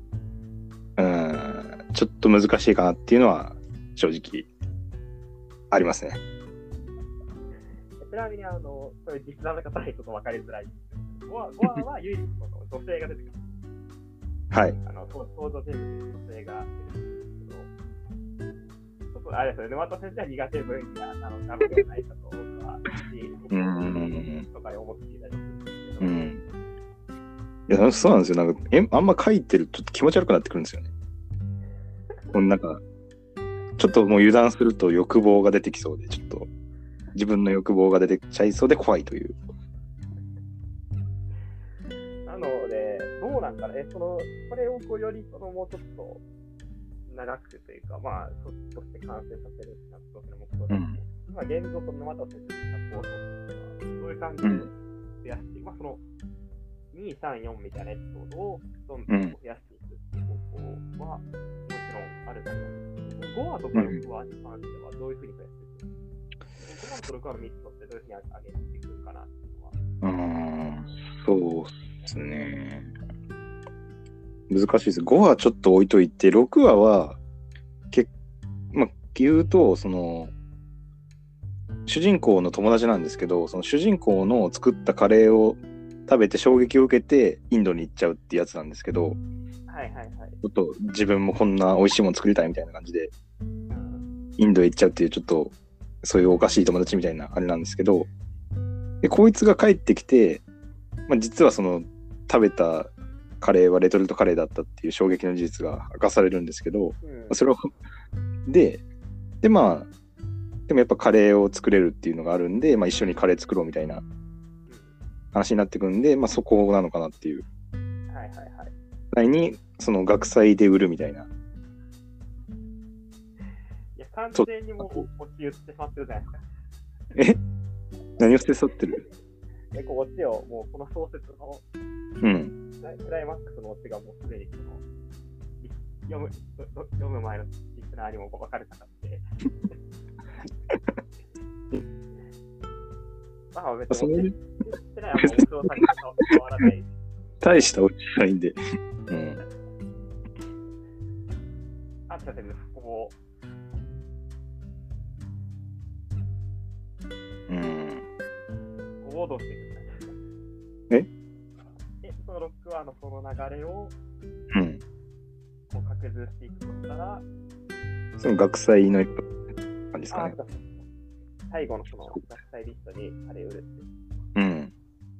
ちょっと難しいかなっていうのは正直ありますね。 ちなみにこれ実際の方にちょっと分かりづらいんですけど、5話は唯一その女性が出てくる。登場人物に女性が出てくるんですけど、ちょっとあれですよね、沼田先生は苦手分野なのではないかと僕は、とか思っていたりするんですけど。 いや、そうなんですよ。なんかあんま書いてるとちょっと気持ち悪くなってくるんですよね。なんか、ちょっともう油断すると欲望が出てきそうで、ちょっと自分の欲望が出てきちゃいそうで怖いという。 なので、どうなんかね、これをよりもうちょっと長くというか、まあ、そして完成させるっていうのが目標だし、今現状、沼田先生のサポートっていうのは、そういう感じで増やして、その2、3、4みたいなエピソードをどんどん増やしていくっていう方法は、もちろんあると思うんですけど、5話とか6話に関してはどういうふうに増やしていくのか、5話と6話の3つとしてどういうふうに上げていくかなっていうのは。 そうですね。難しいです。5話ちょっと置いといて、6話は、言うと、その、主人公の友達なんですけど、その主人公の作ったカレーを食べて衝撃を受けてインドに行っちゃうってやつなんですけど、ちょっと自分もこんな美味しいもの作りたいみたいな感じでインドへ行っちゃうっていう、ちょっとそういうおかしい友達みたいなあれなんですけど、でこいつが帰ってきて、実はその食べたカレーはレトルトカレーだったっていう衝撃の事実が明かされるんですけど、それをでもやっぱカレーを作れるっていうのがあるんで、一緒にカレー作ろうみたいな話になってくるんで、そこなのかなっていう。第にその学祭で売るみたいな。 いや、完全にもうオチ言ってしまってるじゃないですか。何を捨て去ってる？ オチをもうこの小説のクライマックスのオチがもうすでに読む前のリスナーにも分かるかなって。別に、してないはもう面白さに変わらない。 大した落ちないんで。うん。 あ、すいません、こうん。 ここをどうしていくか。そのロックはその流れを、 うん。 こう拡充していくとしたら、 その学祭の感じですかね。 最後のその学祭リストにあれ売るって。 うん。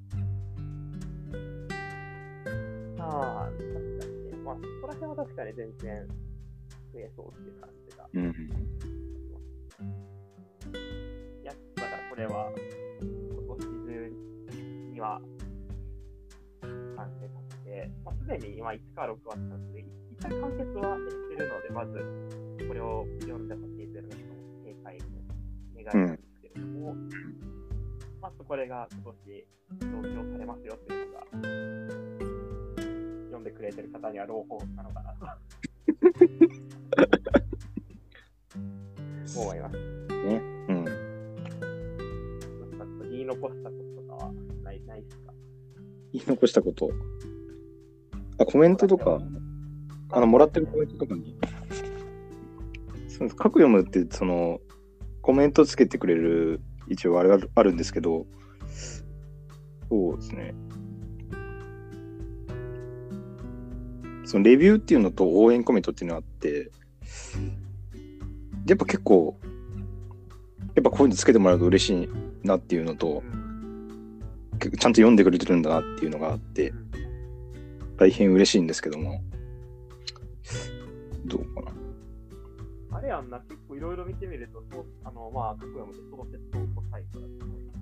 確かにね。まあ、そこら辺は確かに全然増えそうっていう感じが。 うん。 いや、だからこれは、今年中には完成させて、すでに今1か6はしたので、一旦完結はしてるので、まずこれを読んでほしいというのが正解の願いなんですけれども、これが今年同居されますよというのが、読んでくれてる方には朗報なのかなと思います。 ね。うん。 言い残したこととかはないですか？ 言い残したこと。コメントとか、もらってるコメントとかに。各読むって、コメントつけてくれる、一応あるんですけど、そうですね。そのレビューっていうのと応援コメントっていうのがあって、やっぱ結構、やっぱこういうのつけてもらうと嬉しいなっていうのと、ちゃんと読んでくれてるんだなっていうのがあって、大変嬉しいんですけども、どうかな。 あれやんな、結構いろいろ見てみると、各読むでそのセットサイトだと思うん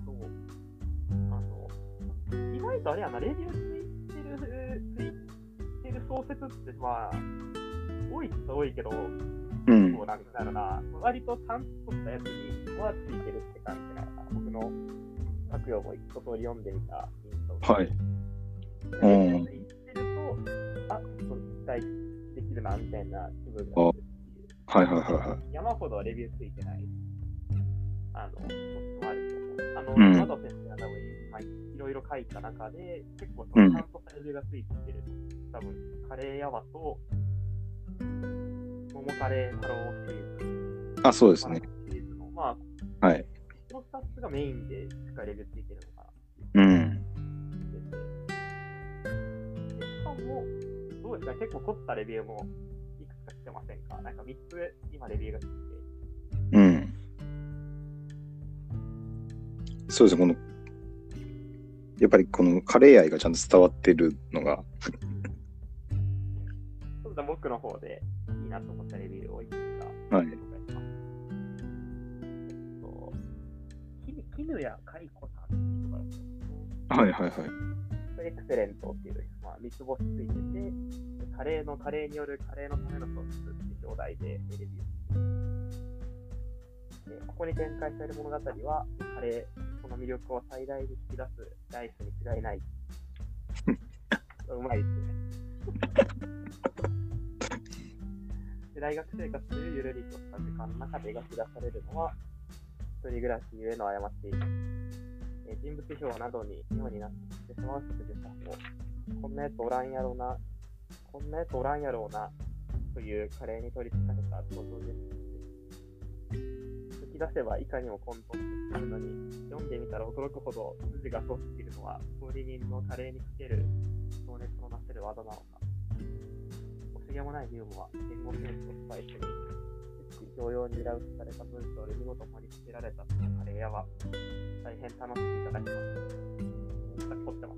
ですけど、意外とあれやな、レビューついてる小説って、多いっちゃ多いけど、そうなんだろうな、割とちゃんとしたやつにはついてるって感じなのかな、僕の各読む一通り読んでみた印象。 はい。 レビューついてると、ちょっと期待できるな、みたいな気分がある。 はい。 山ほどレビューついてない、こともあると思う。まだ先生が多分、いろいろ書いた中で、結構ちゃんとしたレビューがついてる。多分、カレーヤワと、桃カレー太郎シリーズ。 そうですね。 シリーズの、 はい。 この2つがメインでしっかりレビューついてるのかな。しかも、どうですか、結構凝ったレビューもいくつかしてませんか？なんか3つ今レビューがついて。 そうですね、やっぱりこのカレー愛がちゃんと伝わってるのがそうだ、僕の方でいいなと思ったレビューをいくつか紹介します。絹谷海子さんって人がはい。 エクセレントっていう、三つ星ついてて、カレーによるカレーのためのソースっていうお題でレビューして、ここに展開される物語は、カレー、その魅力を最大に引き出すライスに違いない。うまいですね。で、大学生活というゆるりとした時間の中で描き出されるのは、一人暮らしゆえの過ち、人物評などに妙になってしまう切実さも、こんなやつおらんやろうなというカレーに取り憑かれた想像です。抜き出せばいかにも混沌としているのに、読んでみたら驚くほど筋が通っているのは、料理人のカレーにかける情熱のなせる技なのか。惜しげもないユーモア、言語センスをスパイスに、教養に裏打ちされた文章で見事盛り付けられたそのカレー屋は、大変楽しくいただきます。凝ってます。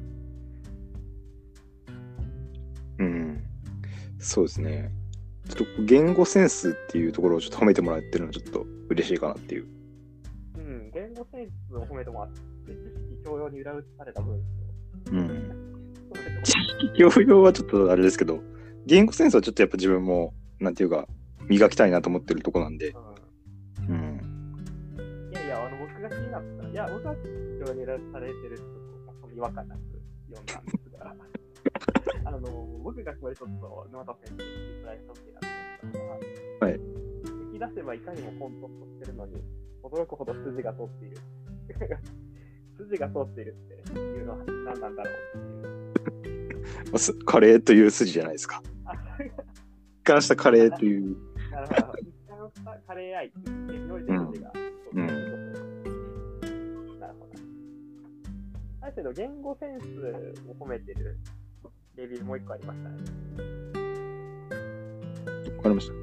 そうですね。ちょっと言語センスっていうところをちょっと褒めてもらってるのはちょっと嬉しいかなっていう。 言語センスを褒めてもらって、知識教養に裏打ちされた文章。 知識教養はちょっとあれですけど、言語センスはちょっとやっぱ自分も、なんていうか、磨きたいなと思ってるところなんで。 僕が気になった、僕は知識教養に裏打ちされてる人と、その違和感なく読んだんですが、僕がこれちょっと沼田先生にリプライしてほしいなと思ったのは、引き出せばいかにも混沌としてるのに、驚くほど筋が通っている。筋が通っているっていうのは何なんだろうっていう。 カレーという筋じゃないですか。一貫したカレーという。 なるほど。一貫したカレー愛っていう料理の筋が。なるほど。ある程度言語センスを褒めてるレビューもう一個ありましたね。 わかりました。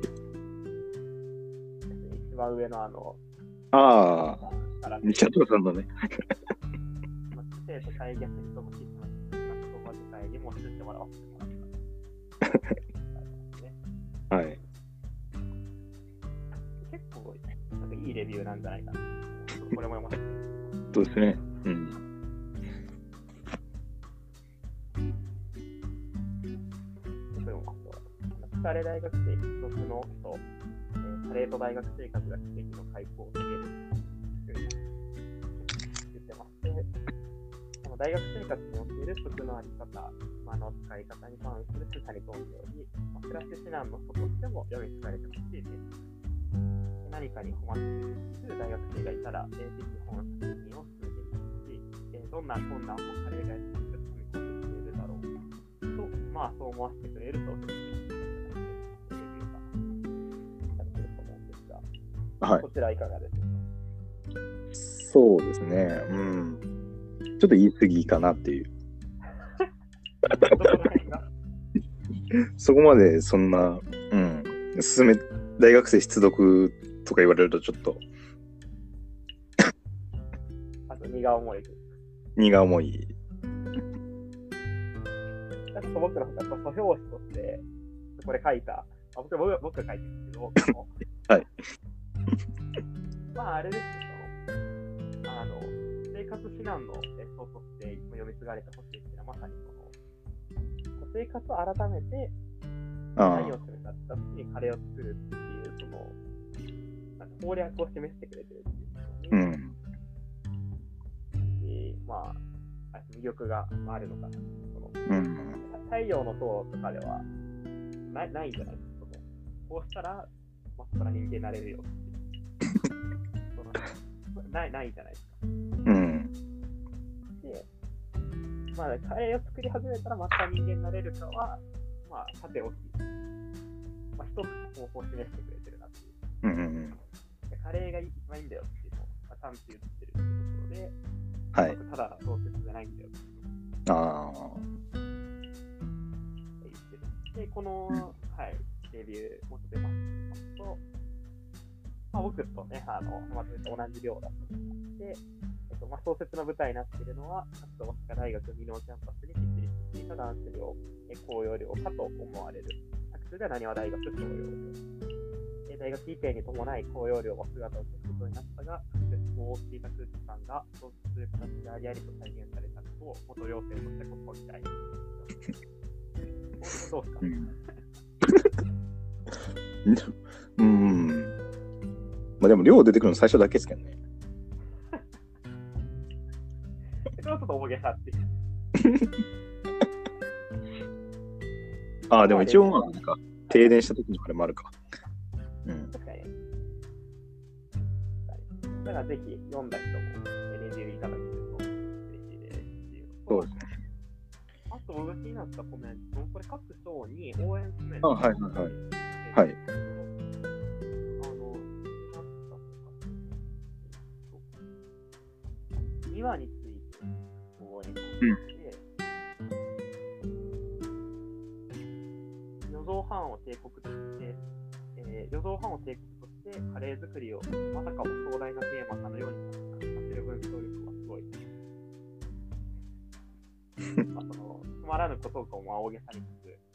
一番上のああ、西田さんのね。 知性と体現とも聞いてます。言葉遣いにも知ってもらおうと思いました。はい。結構なんかいいレビューなんじゃないかな。これも読ませて。 そうですね。うん。 カレー大学生帰国の人、カレーと大学生活が奇跡の開口を告げると言ってまして、大学生活における食のあり方、間の使い方に関する示唆に富んでおり、暮らし指南の書としても読み継がれてほしいです。何かに困っている大学生がいたら、ぜひ本作品を進めてみてほしい。どんな困難もカレーが優しく組み込んでくれるだろうと、そう思わせてくれると思います。 はい、 こちらいかがですか？ そうですね。うん。ちょっと言い過ぎかなっていう。そこまでそんな、大学生必読とか言われるとちょっと。 あと荷が重い。 荷が重い。 なんか僕の方が表紙としてこれ書いた。僕が書いてるんですけど。 はい。 あれですけど、生活指南の書として読み継がれてほしいっていうのはまさに生活を改めて何をするかって言った時にカレーを作るっていう攻略を示してくれてるっていう、魅力があるのかな。太陽の塔とかではないんじゃないですか。こうしたら、そこから人間になれるよってないじゃないですか。で、カレーを作り始めたらまた人間になれるかは、さておき、一つ方法を示してくれてるなっていう。カレーが一番いいんだよっていうのをちゃんと言ってるっていうところで、 はい、 ただ小説じゃないんだよっていうのを言ってる。で、この、レビューを出ますと、僕とね、同じ量だったのがあって、小説の舞台になっているのは、大阪大学箕面キャンパスに設立していたダンス寮、公用寮かと思われる。作中ではなにわ大学商用寮。大学移転に伴い公用寮は姿を消すことになったが、絶望をしていた空気感が、そうする形でありありと再現されたことを、元寮生として心にたい。どうですか？ でも寮出てくるの最初だけですけどね。 ちょっと大げさって。 でも一応なんか停電した時にこれもあるか。 確かに。だからぜひ読んだ人もレビューいただけると嬉しいですっていう。 そうですね。 あと僕が気になったコメント、これ各章に応援コメント。 はい。 2話について応援をして、余剰藩を帝国としてカレー作りをまさかも壮大なテーマかのようにさせる文章力はすごい。つまらぬことを大げさに聞く。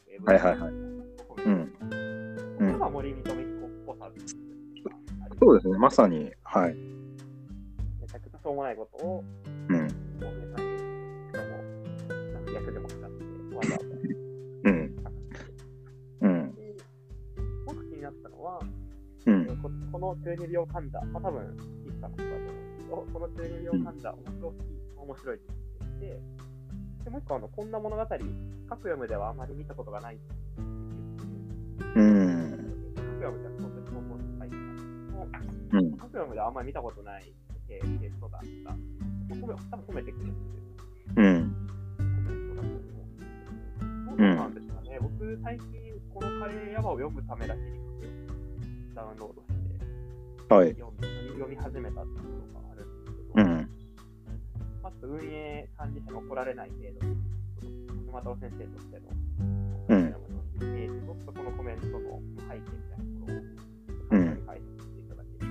僕は森見とめ彦っぽさ。 そうですね、まさに、はい。 めちゃくちゃしょうもないことを、大げさに、しかも、役でも使って、わざわざ。僕気になったのは、この中二病患者、多分、一家の人だと思うんですけど、この中二病患者、面白いって言って、でもう一個こんな物語、各読むではあまり見たことがないって言って、各読むでは小説本物書いてたんですけど、各読むではあんまり見たことないケーストだった。多分褒めてくれてるコメントだと思うんですけど、 最近このカレーヤマを読むためだけにダウンロードして、 はい。 読み始めたっていうのがあるんですうけど、 ん。 まず運営管理者に怒られない程度に、熊太郎先生としての、 うん。 イメージと、そこのコメントの背景みたいなところを簡単に解説していただけ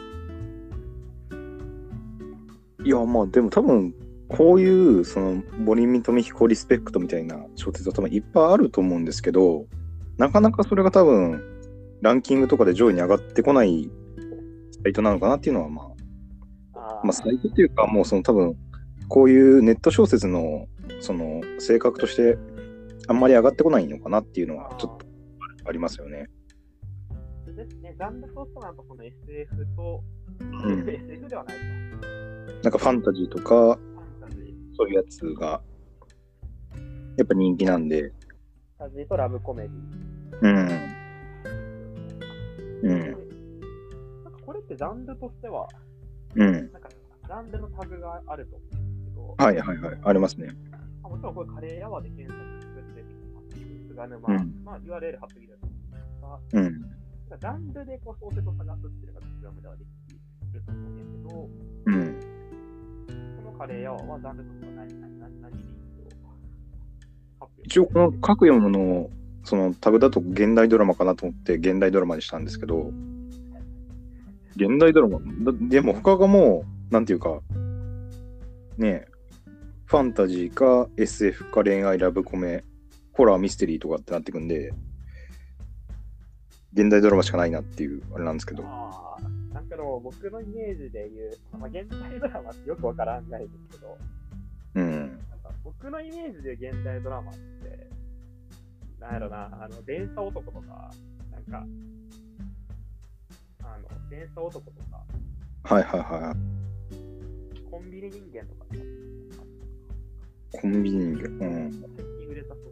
ると。 いや、まあでも多分、こういうその森見富彦リスペクトみたいな小説は多分いっぱいあると思うんですけど、なかなかそれが多分ランキングとかで上位に上がってこないサイトなのかなっていうのはまあサイトっていうかもうその多分こういうネット小説のその性格としてあんまり上がってこないのかなっていうのはちょっとありますよね。 ですね、ジャンルとしてはこの SF と、SF ではないか。 なんかファンタジーとかそういうやつがやっぱ人気なんで。 ファンタジーとラブコメディ。なんかこれってジャンルとしては、なんかジャンルのタグがあると思うんですけど、 はいはいはい、ありますね。 もちろんこれカレーヤワで検索すると出てきます。菅沼、まあ URL 貼っときですが、ジャンルでこう小説を探すっていうのがプログラムではできると思うんですけど、このカレーヤワはジャンルとしては何で一応この各読むのそのタグだと現代ドラマかなと思って現代ドラマにしたんですけど、現代ドラマでも他がもうなんていうかね、ファンタジーか SF か恋愛ラブコメホラーミステリーとかってなってくんで現代ドラマしかないなっていうあれなんですけど、 なんか僕のイメージで言う、現代ドラマってよくわからないですけど、僕のイメージで現代ドラマって、なんやろな、電車男とか、なんか、電車男とか、 はいはいはい。 コンビニ人間とか、 コンビニ人間、 最近売れたそう。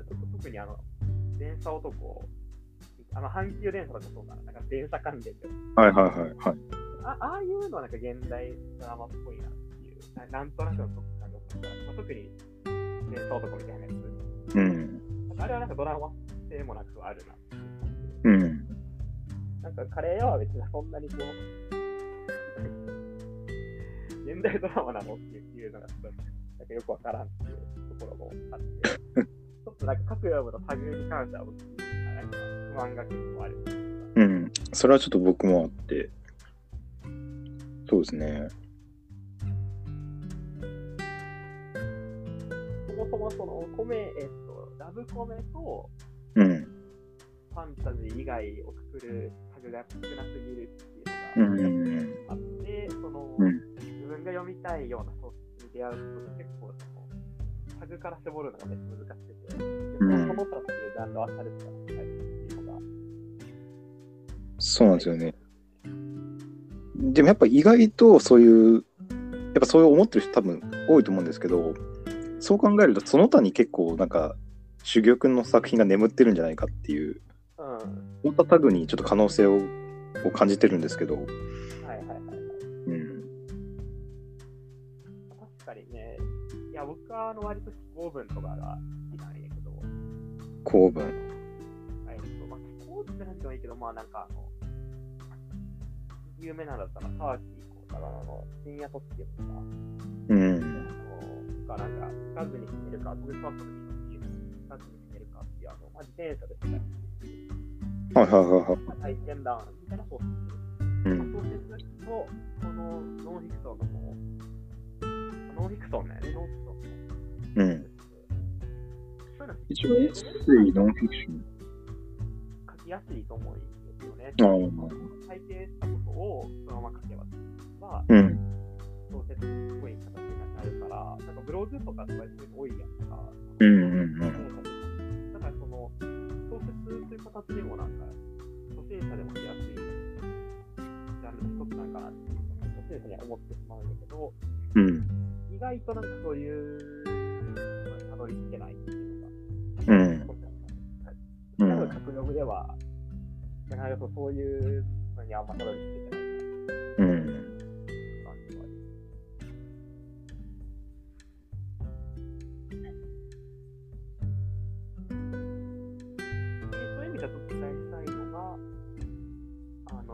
特に電車男、阪急電車とかそうかな、なんか電車関連で。 はいはいはいはい。 ああいうのはなんか現代ドラマっぽいな。なんとなくの特に電車男みたいなやつ。あれはなんかドラマ性もなくあるな。なんかカレー屋は別にそんなにこう、現代ドラマなのっていうのがなんかよくわからんっていうところもあって、ちょっとなんか各読むのタグに関しては僕なんか不満が結構ある。 それはちょっと僕もあって、そうですね。 そもそもそのラブコメと、ファンタジー以外をくくるタグが少なすぎるっていうのがあって、自分が読みたいような小説に出会うことが結構タグから絞るのがめっちゃ難しくて、その他っていうジャンルはされてたっていうのが。 そうなんですよね。でもやっぱ意外とそういう思ってる人多分多いと思うんですけど、そう考えるとその他に結構なんか珠玉の作品が眠ってるんじゃないかっていう、そういったタグにちょっと可能性を感じてるんですけど。 確かにね。いや、僕は割と非公文とかが好きなんやけど。 公文。 非公文なんでもいいけど、なんか有名なのだったらサーキーコータの深夜特急とか。なんか、つかずに決めるか、飛びパッと見るっていう、つかずに決めるかっていう、自転車でしたり。体験談みたいな小説。小説と、このノンフィクションの方、ノンフィクションね、ノンフィクション。 一応、エッセイ、ノンフィクション。 書きやすいと思うんですよね。体験したことをそのまま書けば、小説っぽい形になるから、なんかブログとかそういうの多いやんか。だからその小説という形でもなんか初心者でもしやすいジャンルの一つなんかなって初心者には思ってしまうんだけど、意外となんかそういうたどり着けないっていうのが、各ブログではなかなかそういうのにあんまたどり着けてない。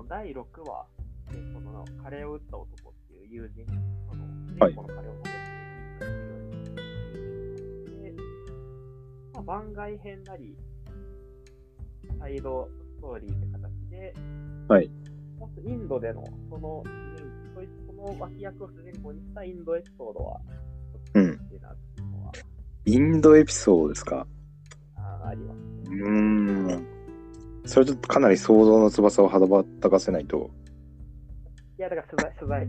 第6話で、そのカレーを撃った男っていう友人、 はいこのカレーを持ってて、で、まあ、番外編なり、サイドストーリーって形で、 はい。 まずインドでの、その脇役を主人公にしたインドエピソードは、 うん。インドエピソードですか。 あります、ね。 それちょっとかなり想像の翼を羽ばたかせないと。 いや、だから取材。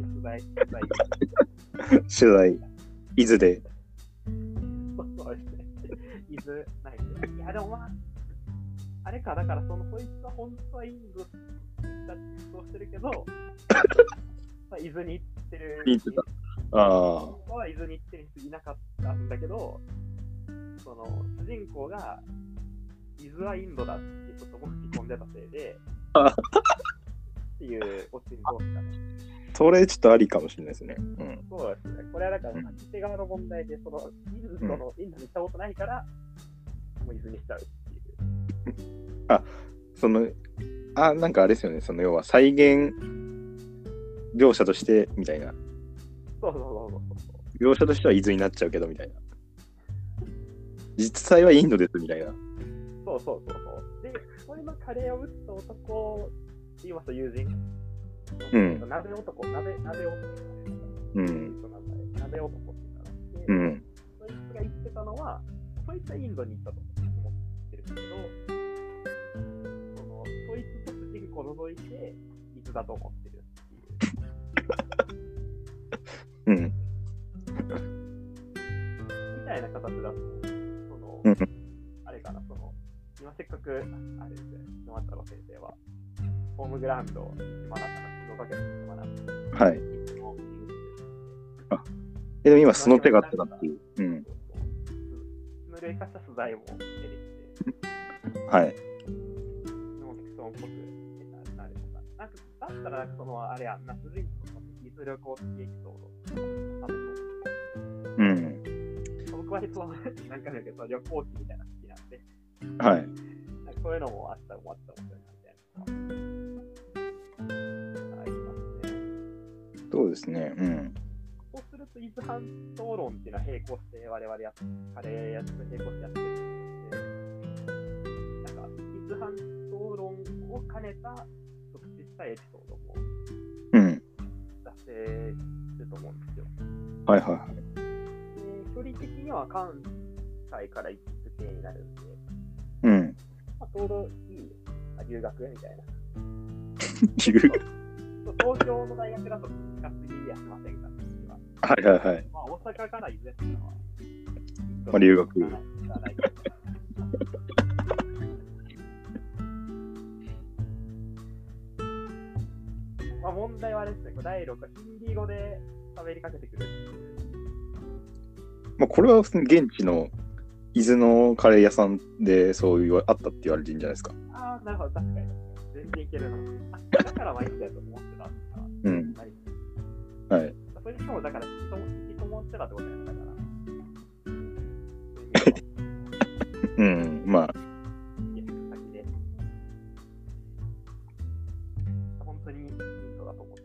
取材、伊豆で。 そうですね。伊豆ないです。いや、でもまあ、あれか、だからそいつは本当はインドだってそうしてるけど、まあ、伊豆に行ってる。伊豆に行ってる人いなかったんだけど、その主人公が伊豆はインドだっていうことを吹き込んでたせいでっていうオチにどうしたね。 それちょっとありかもしれないですね。 そうですね。これはだから書き手側の問題で、インドに行ったことないから、もう伊豆にしちゃうっていう。 なんかあれですよね。要は再現描写としてみたいな。 そう。 描写としては伊豆になっちゃうけどみたいな。実際はインドですみたいな。 そう。で、これのカレーを打った男って言いますと友人。鍋男。鍋男って言ったら。そいつが言ってたのは、そいつはインドに行ったと思ってるんだけど、そいつと主人公を除いて伊豆だと思ってるっていう。みたいな形だと、あれかな、今せっかく、あれですね、沼太郎先生は、ホームグラウンドを学んだ、静岡県で学んだ。はい。 でも今、その手があったっていう。 その類化した素材も出てきて、 はい。 ノンフィクションっぽくなるとか。だったら、あれや、主人公の実旅行的エピソード。僕はなんかね、旅行記みたいなの好きなんで、 はい。 そういうのもあったら面白いなみたいな。ありますね。 そうですね。 そうすると、伊豆半島論っていうのは並行して我々カレーやって並行してやってるので、なんか、伊豆半島論を兼ねたちょっとしたエピソードも出せると思うんですよ。 はい。 距離的には関西から行く系になるんで、ちょうどいい留学みたいな。東京の大学だと近すぎやしませんかっていうのは。 はい。 大阪から伊豆っていうのは、留学。 問題はあれですね、第6はヒンディー語で喋りかけてくる。 これは普通に現地の伊豆のカレー屋さんでそういうあったって言われてるんじゃないですか。 なるほど、確かに。全然いけるな。だから毎日だと思ってた。はい。それにしても、だから、引きこもってたってことだよね、だから。 まあ。 先で。本当にいい人だと思って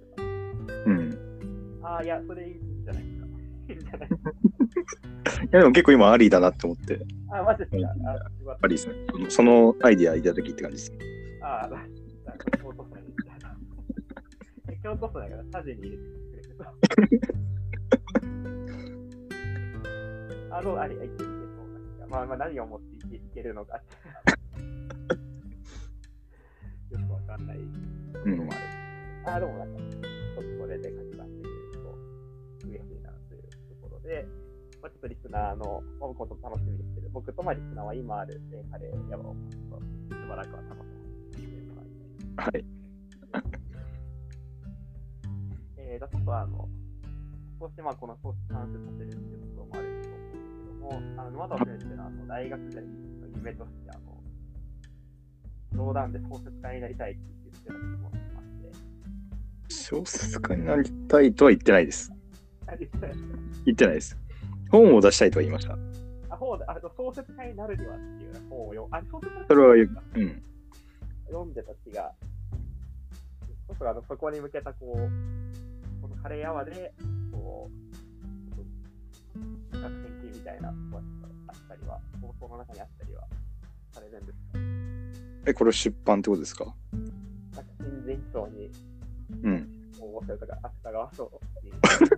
た。いや、それいいんじゃないですか。いいんじゃないいやでも結構今ありだなって思って。 マジですか。 ありですね。そのアイディアいただきって感じですね。 京都府に京都府だからサジに入れてくれると。いけそうな。何を持っていけるのか。よくわかんないのもある。でもなんか、ちょっとこれで書き出してくれると嬉しいなというところで、ちょっとリスナーのこと楽しみにしてる。僕とリスナーは今あるカレー屋をしばらくは楽しみにしてもらいたい。 はい。 ちょっとそしてこのソース完成させるっていうところもあると思うんですけども、沼田先生の大学時代の夢として冗談で小説家になりたいって言ってたこともありまして。小説家になりたいとは言ってないです。言ってないです。本を出したいとは言いました。 小説家になるにはっていう本をそれは読んでた気が。 ょっとそこに向けたこのカレーヤワで学研究みたいなことがあったりは、放送の中にあったりはされるんですか？ これ出版ってことですか？ 新人賞に応募するとか、芥川賞に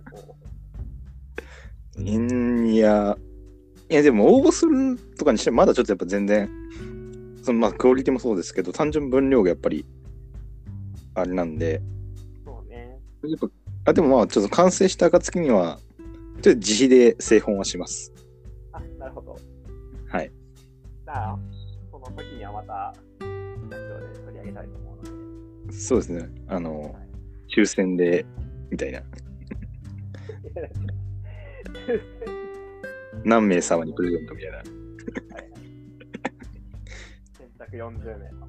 いや、でも応募するとかにしてまだちょっとやっぱ全然、クオリティもそうですけど、単純分量がやっぱり、あれなんで、 そうね。 でもちょっと完成した暁には、ちょっと自費で製本はします。 なるほど。 はい。 じゃあ、その時にはまた、ラジオで取り上げたいと思うので。 そうですね。抽選で、みたいな。何名様にプレゼントみたいな。 先着40名様。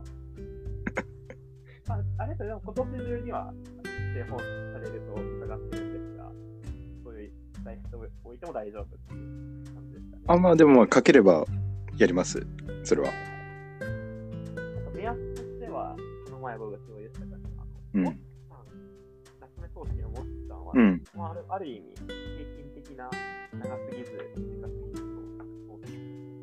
あれでも今年中には製本されると伺ってるんですが、そういう伝えしておいても大丈夫っていう感じですかね。 でも書ければやります。それは。 目安としては、この前僕が共有したかったモッさん、夏目漱石のモッさんは、ある意味、平均的な長すぎず、短すぎずの漱石。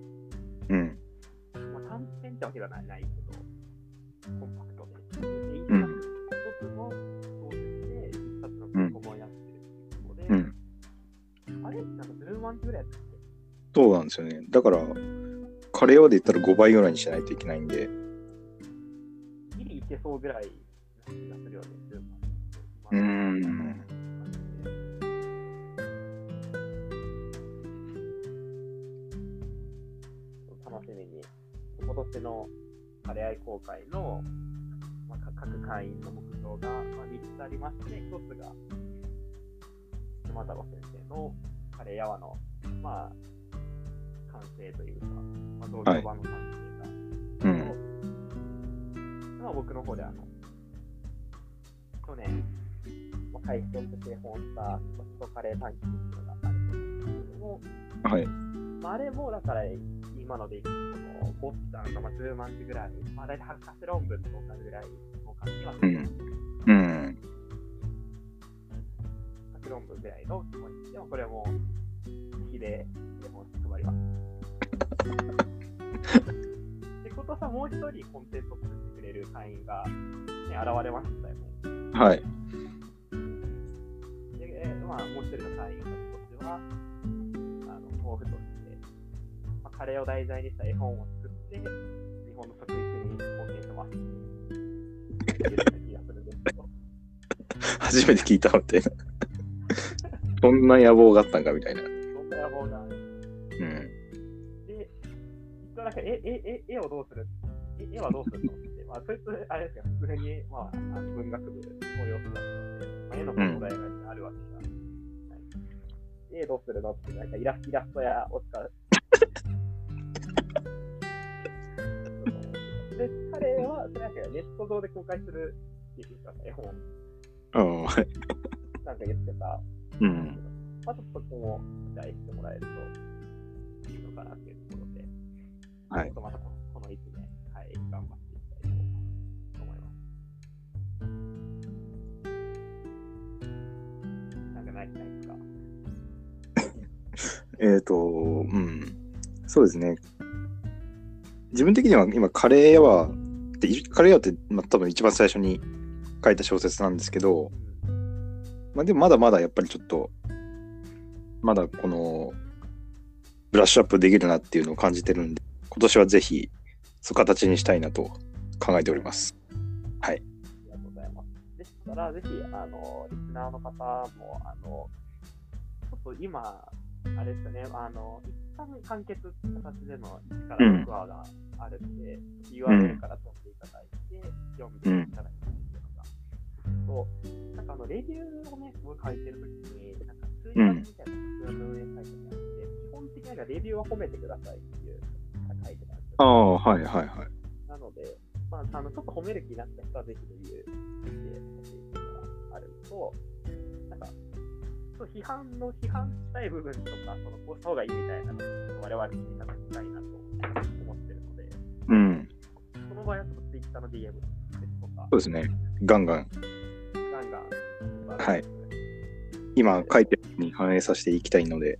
短編ってわけではないけど、コンパクトで。一つの漱石で一冊の文庫本をやってるっていうことで、あれなんかズームワンぐらいやったっけ？ そうなんですよね。だから、カレーはで言ったら5倍ぐらいにしないといけないんで。 ギリいけそうぐらいな気がするよね、ズームワン。楽しみに、今年のカレー愛好会の、各会員の目標が、3つありまして、1つが沼太郎先生のカレーヤワの、完成というか、同居版の完成が、僕の方で去年、開始として製本したソフトカレー探求っていうのがあると思うんですけども、あれもだから今のでいくと、ボッタンが10万字ぐらい、大体博士論文と同じぐらいの感じはする。博士論文ぐらいの気持ちでも、これも自費で製本して配ります。で、今年はもう一人コンテンツを作ってくれる会員が、現れましたよね。 はい。 で、もう一人の会員が今年は、抱負として、カレーを題材にした絵本を作って、日本の食育に貢献してます。っていう気がするんですけど。 初めて聞いたみたいな。そんな野望があったんかみたいな。 そんな野望がある。で、一応なんか絵をどうする？絵はどうするのって、そいつ、あれですか、普通に、文学部の様子だったので、絵の問題があるわけがない。絵どうするのって、なんかイラストやを使う。で、彼はネット上で公開するっていうか、絵本。なんか言ってた。ちょっとそこも期待してもらえるといいのかなっていうところで、ちょっとまたこの1年、頑張っていきたいと思います。なんかないですか？ そうですね。自分的には今カレーヤワって多分一番最初に書いた小説なんですけど、でもまだまだやっぱりちょっとまだこのブラッシュアップできるなっていうのを感じてるんで、今年はぜひそう形にしたいなと考えております。はい。 ありがとうございます。でしたらぜひリスナーの方もちょっと今あれですよね、一旦完結って形での1から6話があるんで、URL から飛んでいただいて、読んでいただいてっていうのが、なんかレビューをね、僕書いてるときに、なんかツイッターみたいな普通の運営サイトにあって、基本的にはレビューは褒めてくださいっていう書いてたんですよ。なので、ちょっと褒める気になった人はぜひレビューしてほしいっていうのがあると、なんか、批判したい部分とか、こうした方がいいみたいなのを我々にいただきたいなと思ってるので、その場合はちょっと Twitter の DM ですとか、 そうですね、ガンガンはい。今書いてるのに反映させていきたいので。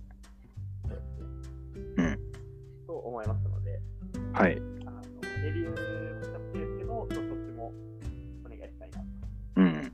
と思いますので、 はい。 レビューをしたってるけど、そっちもお願いしたいなと思います。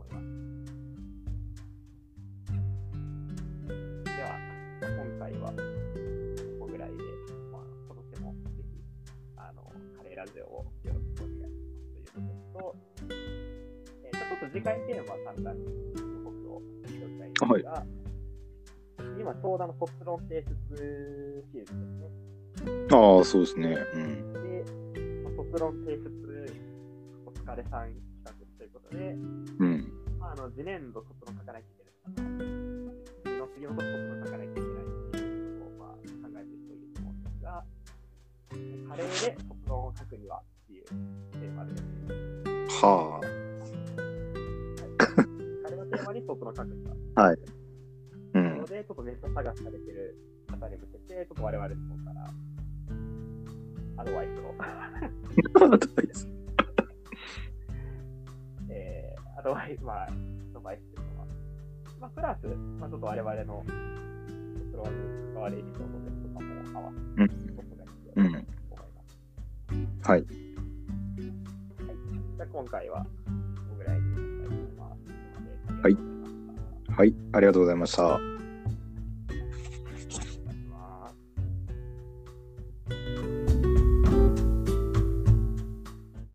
では、今回はここぐらいで、今年もぜひ、カレーラジオをよろしくお願いしますということと、ちょっと次回テーマは簡単に予告をしておきたいんですが、今ちょうど卒論提出シーズンですね。 ああ、そうですね。 で、卒論提出お疲れさん企画ということで、次年度卒論書かないといけない方、次の年卒論書かないといけないっていうことを、考えている人いると思うんですが、カレーで卒論を書くにはっていうテーマで。 はあ。 カレーのテーマに卒論書くには。 はい。 なので、ちょっとネット探しされてる方に向けて、ちょっと我々の方からアドバイスを。 アドバイスアドバイスっていうのは、プラス、ちょっと我々の卒論に使われるエピソードですとかも合わせていくことが必要だと思います。 はい。 じゃあ今回はここぐらいにしたいと思います。 はい。はい、ありがとうございました。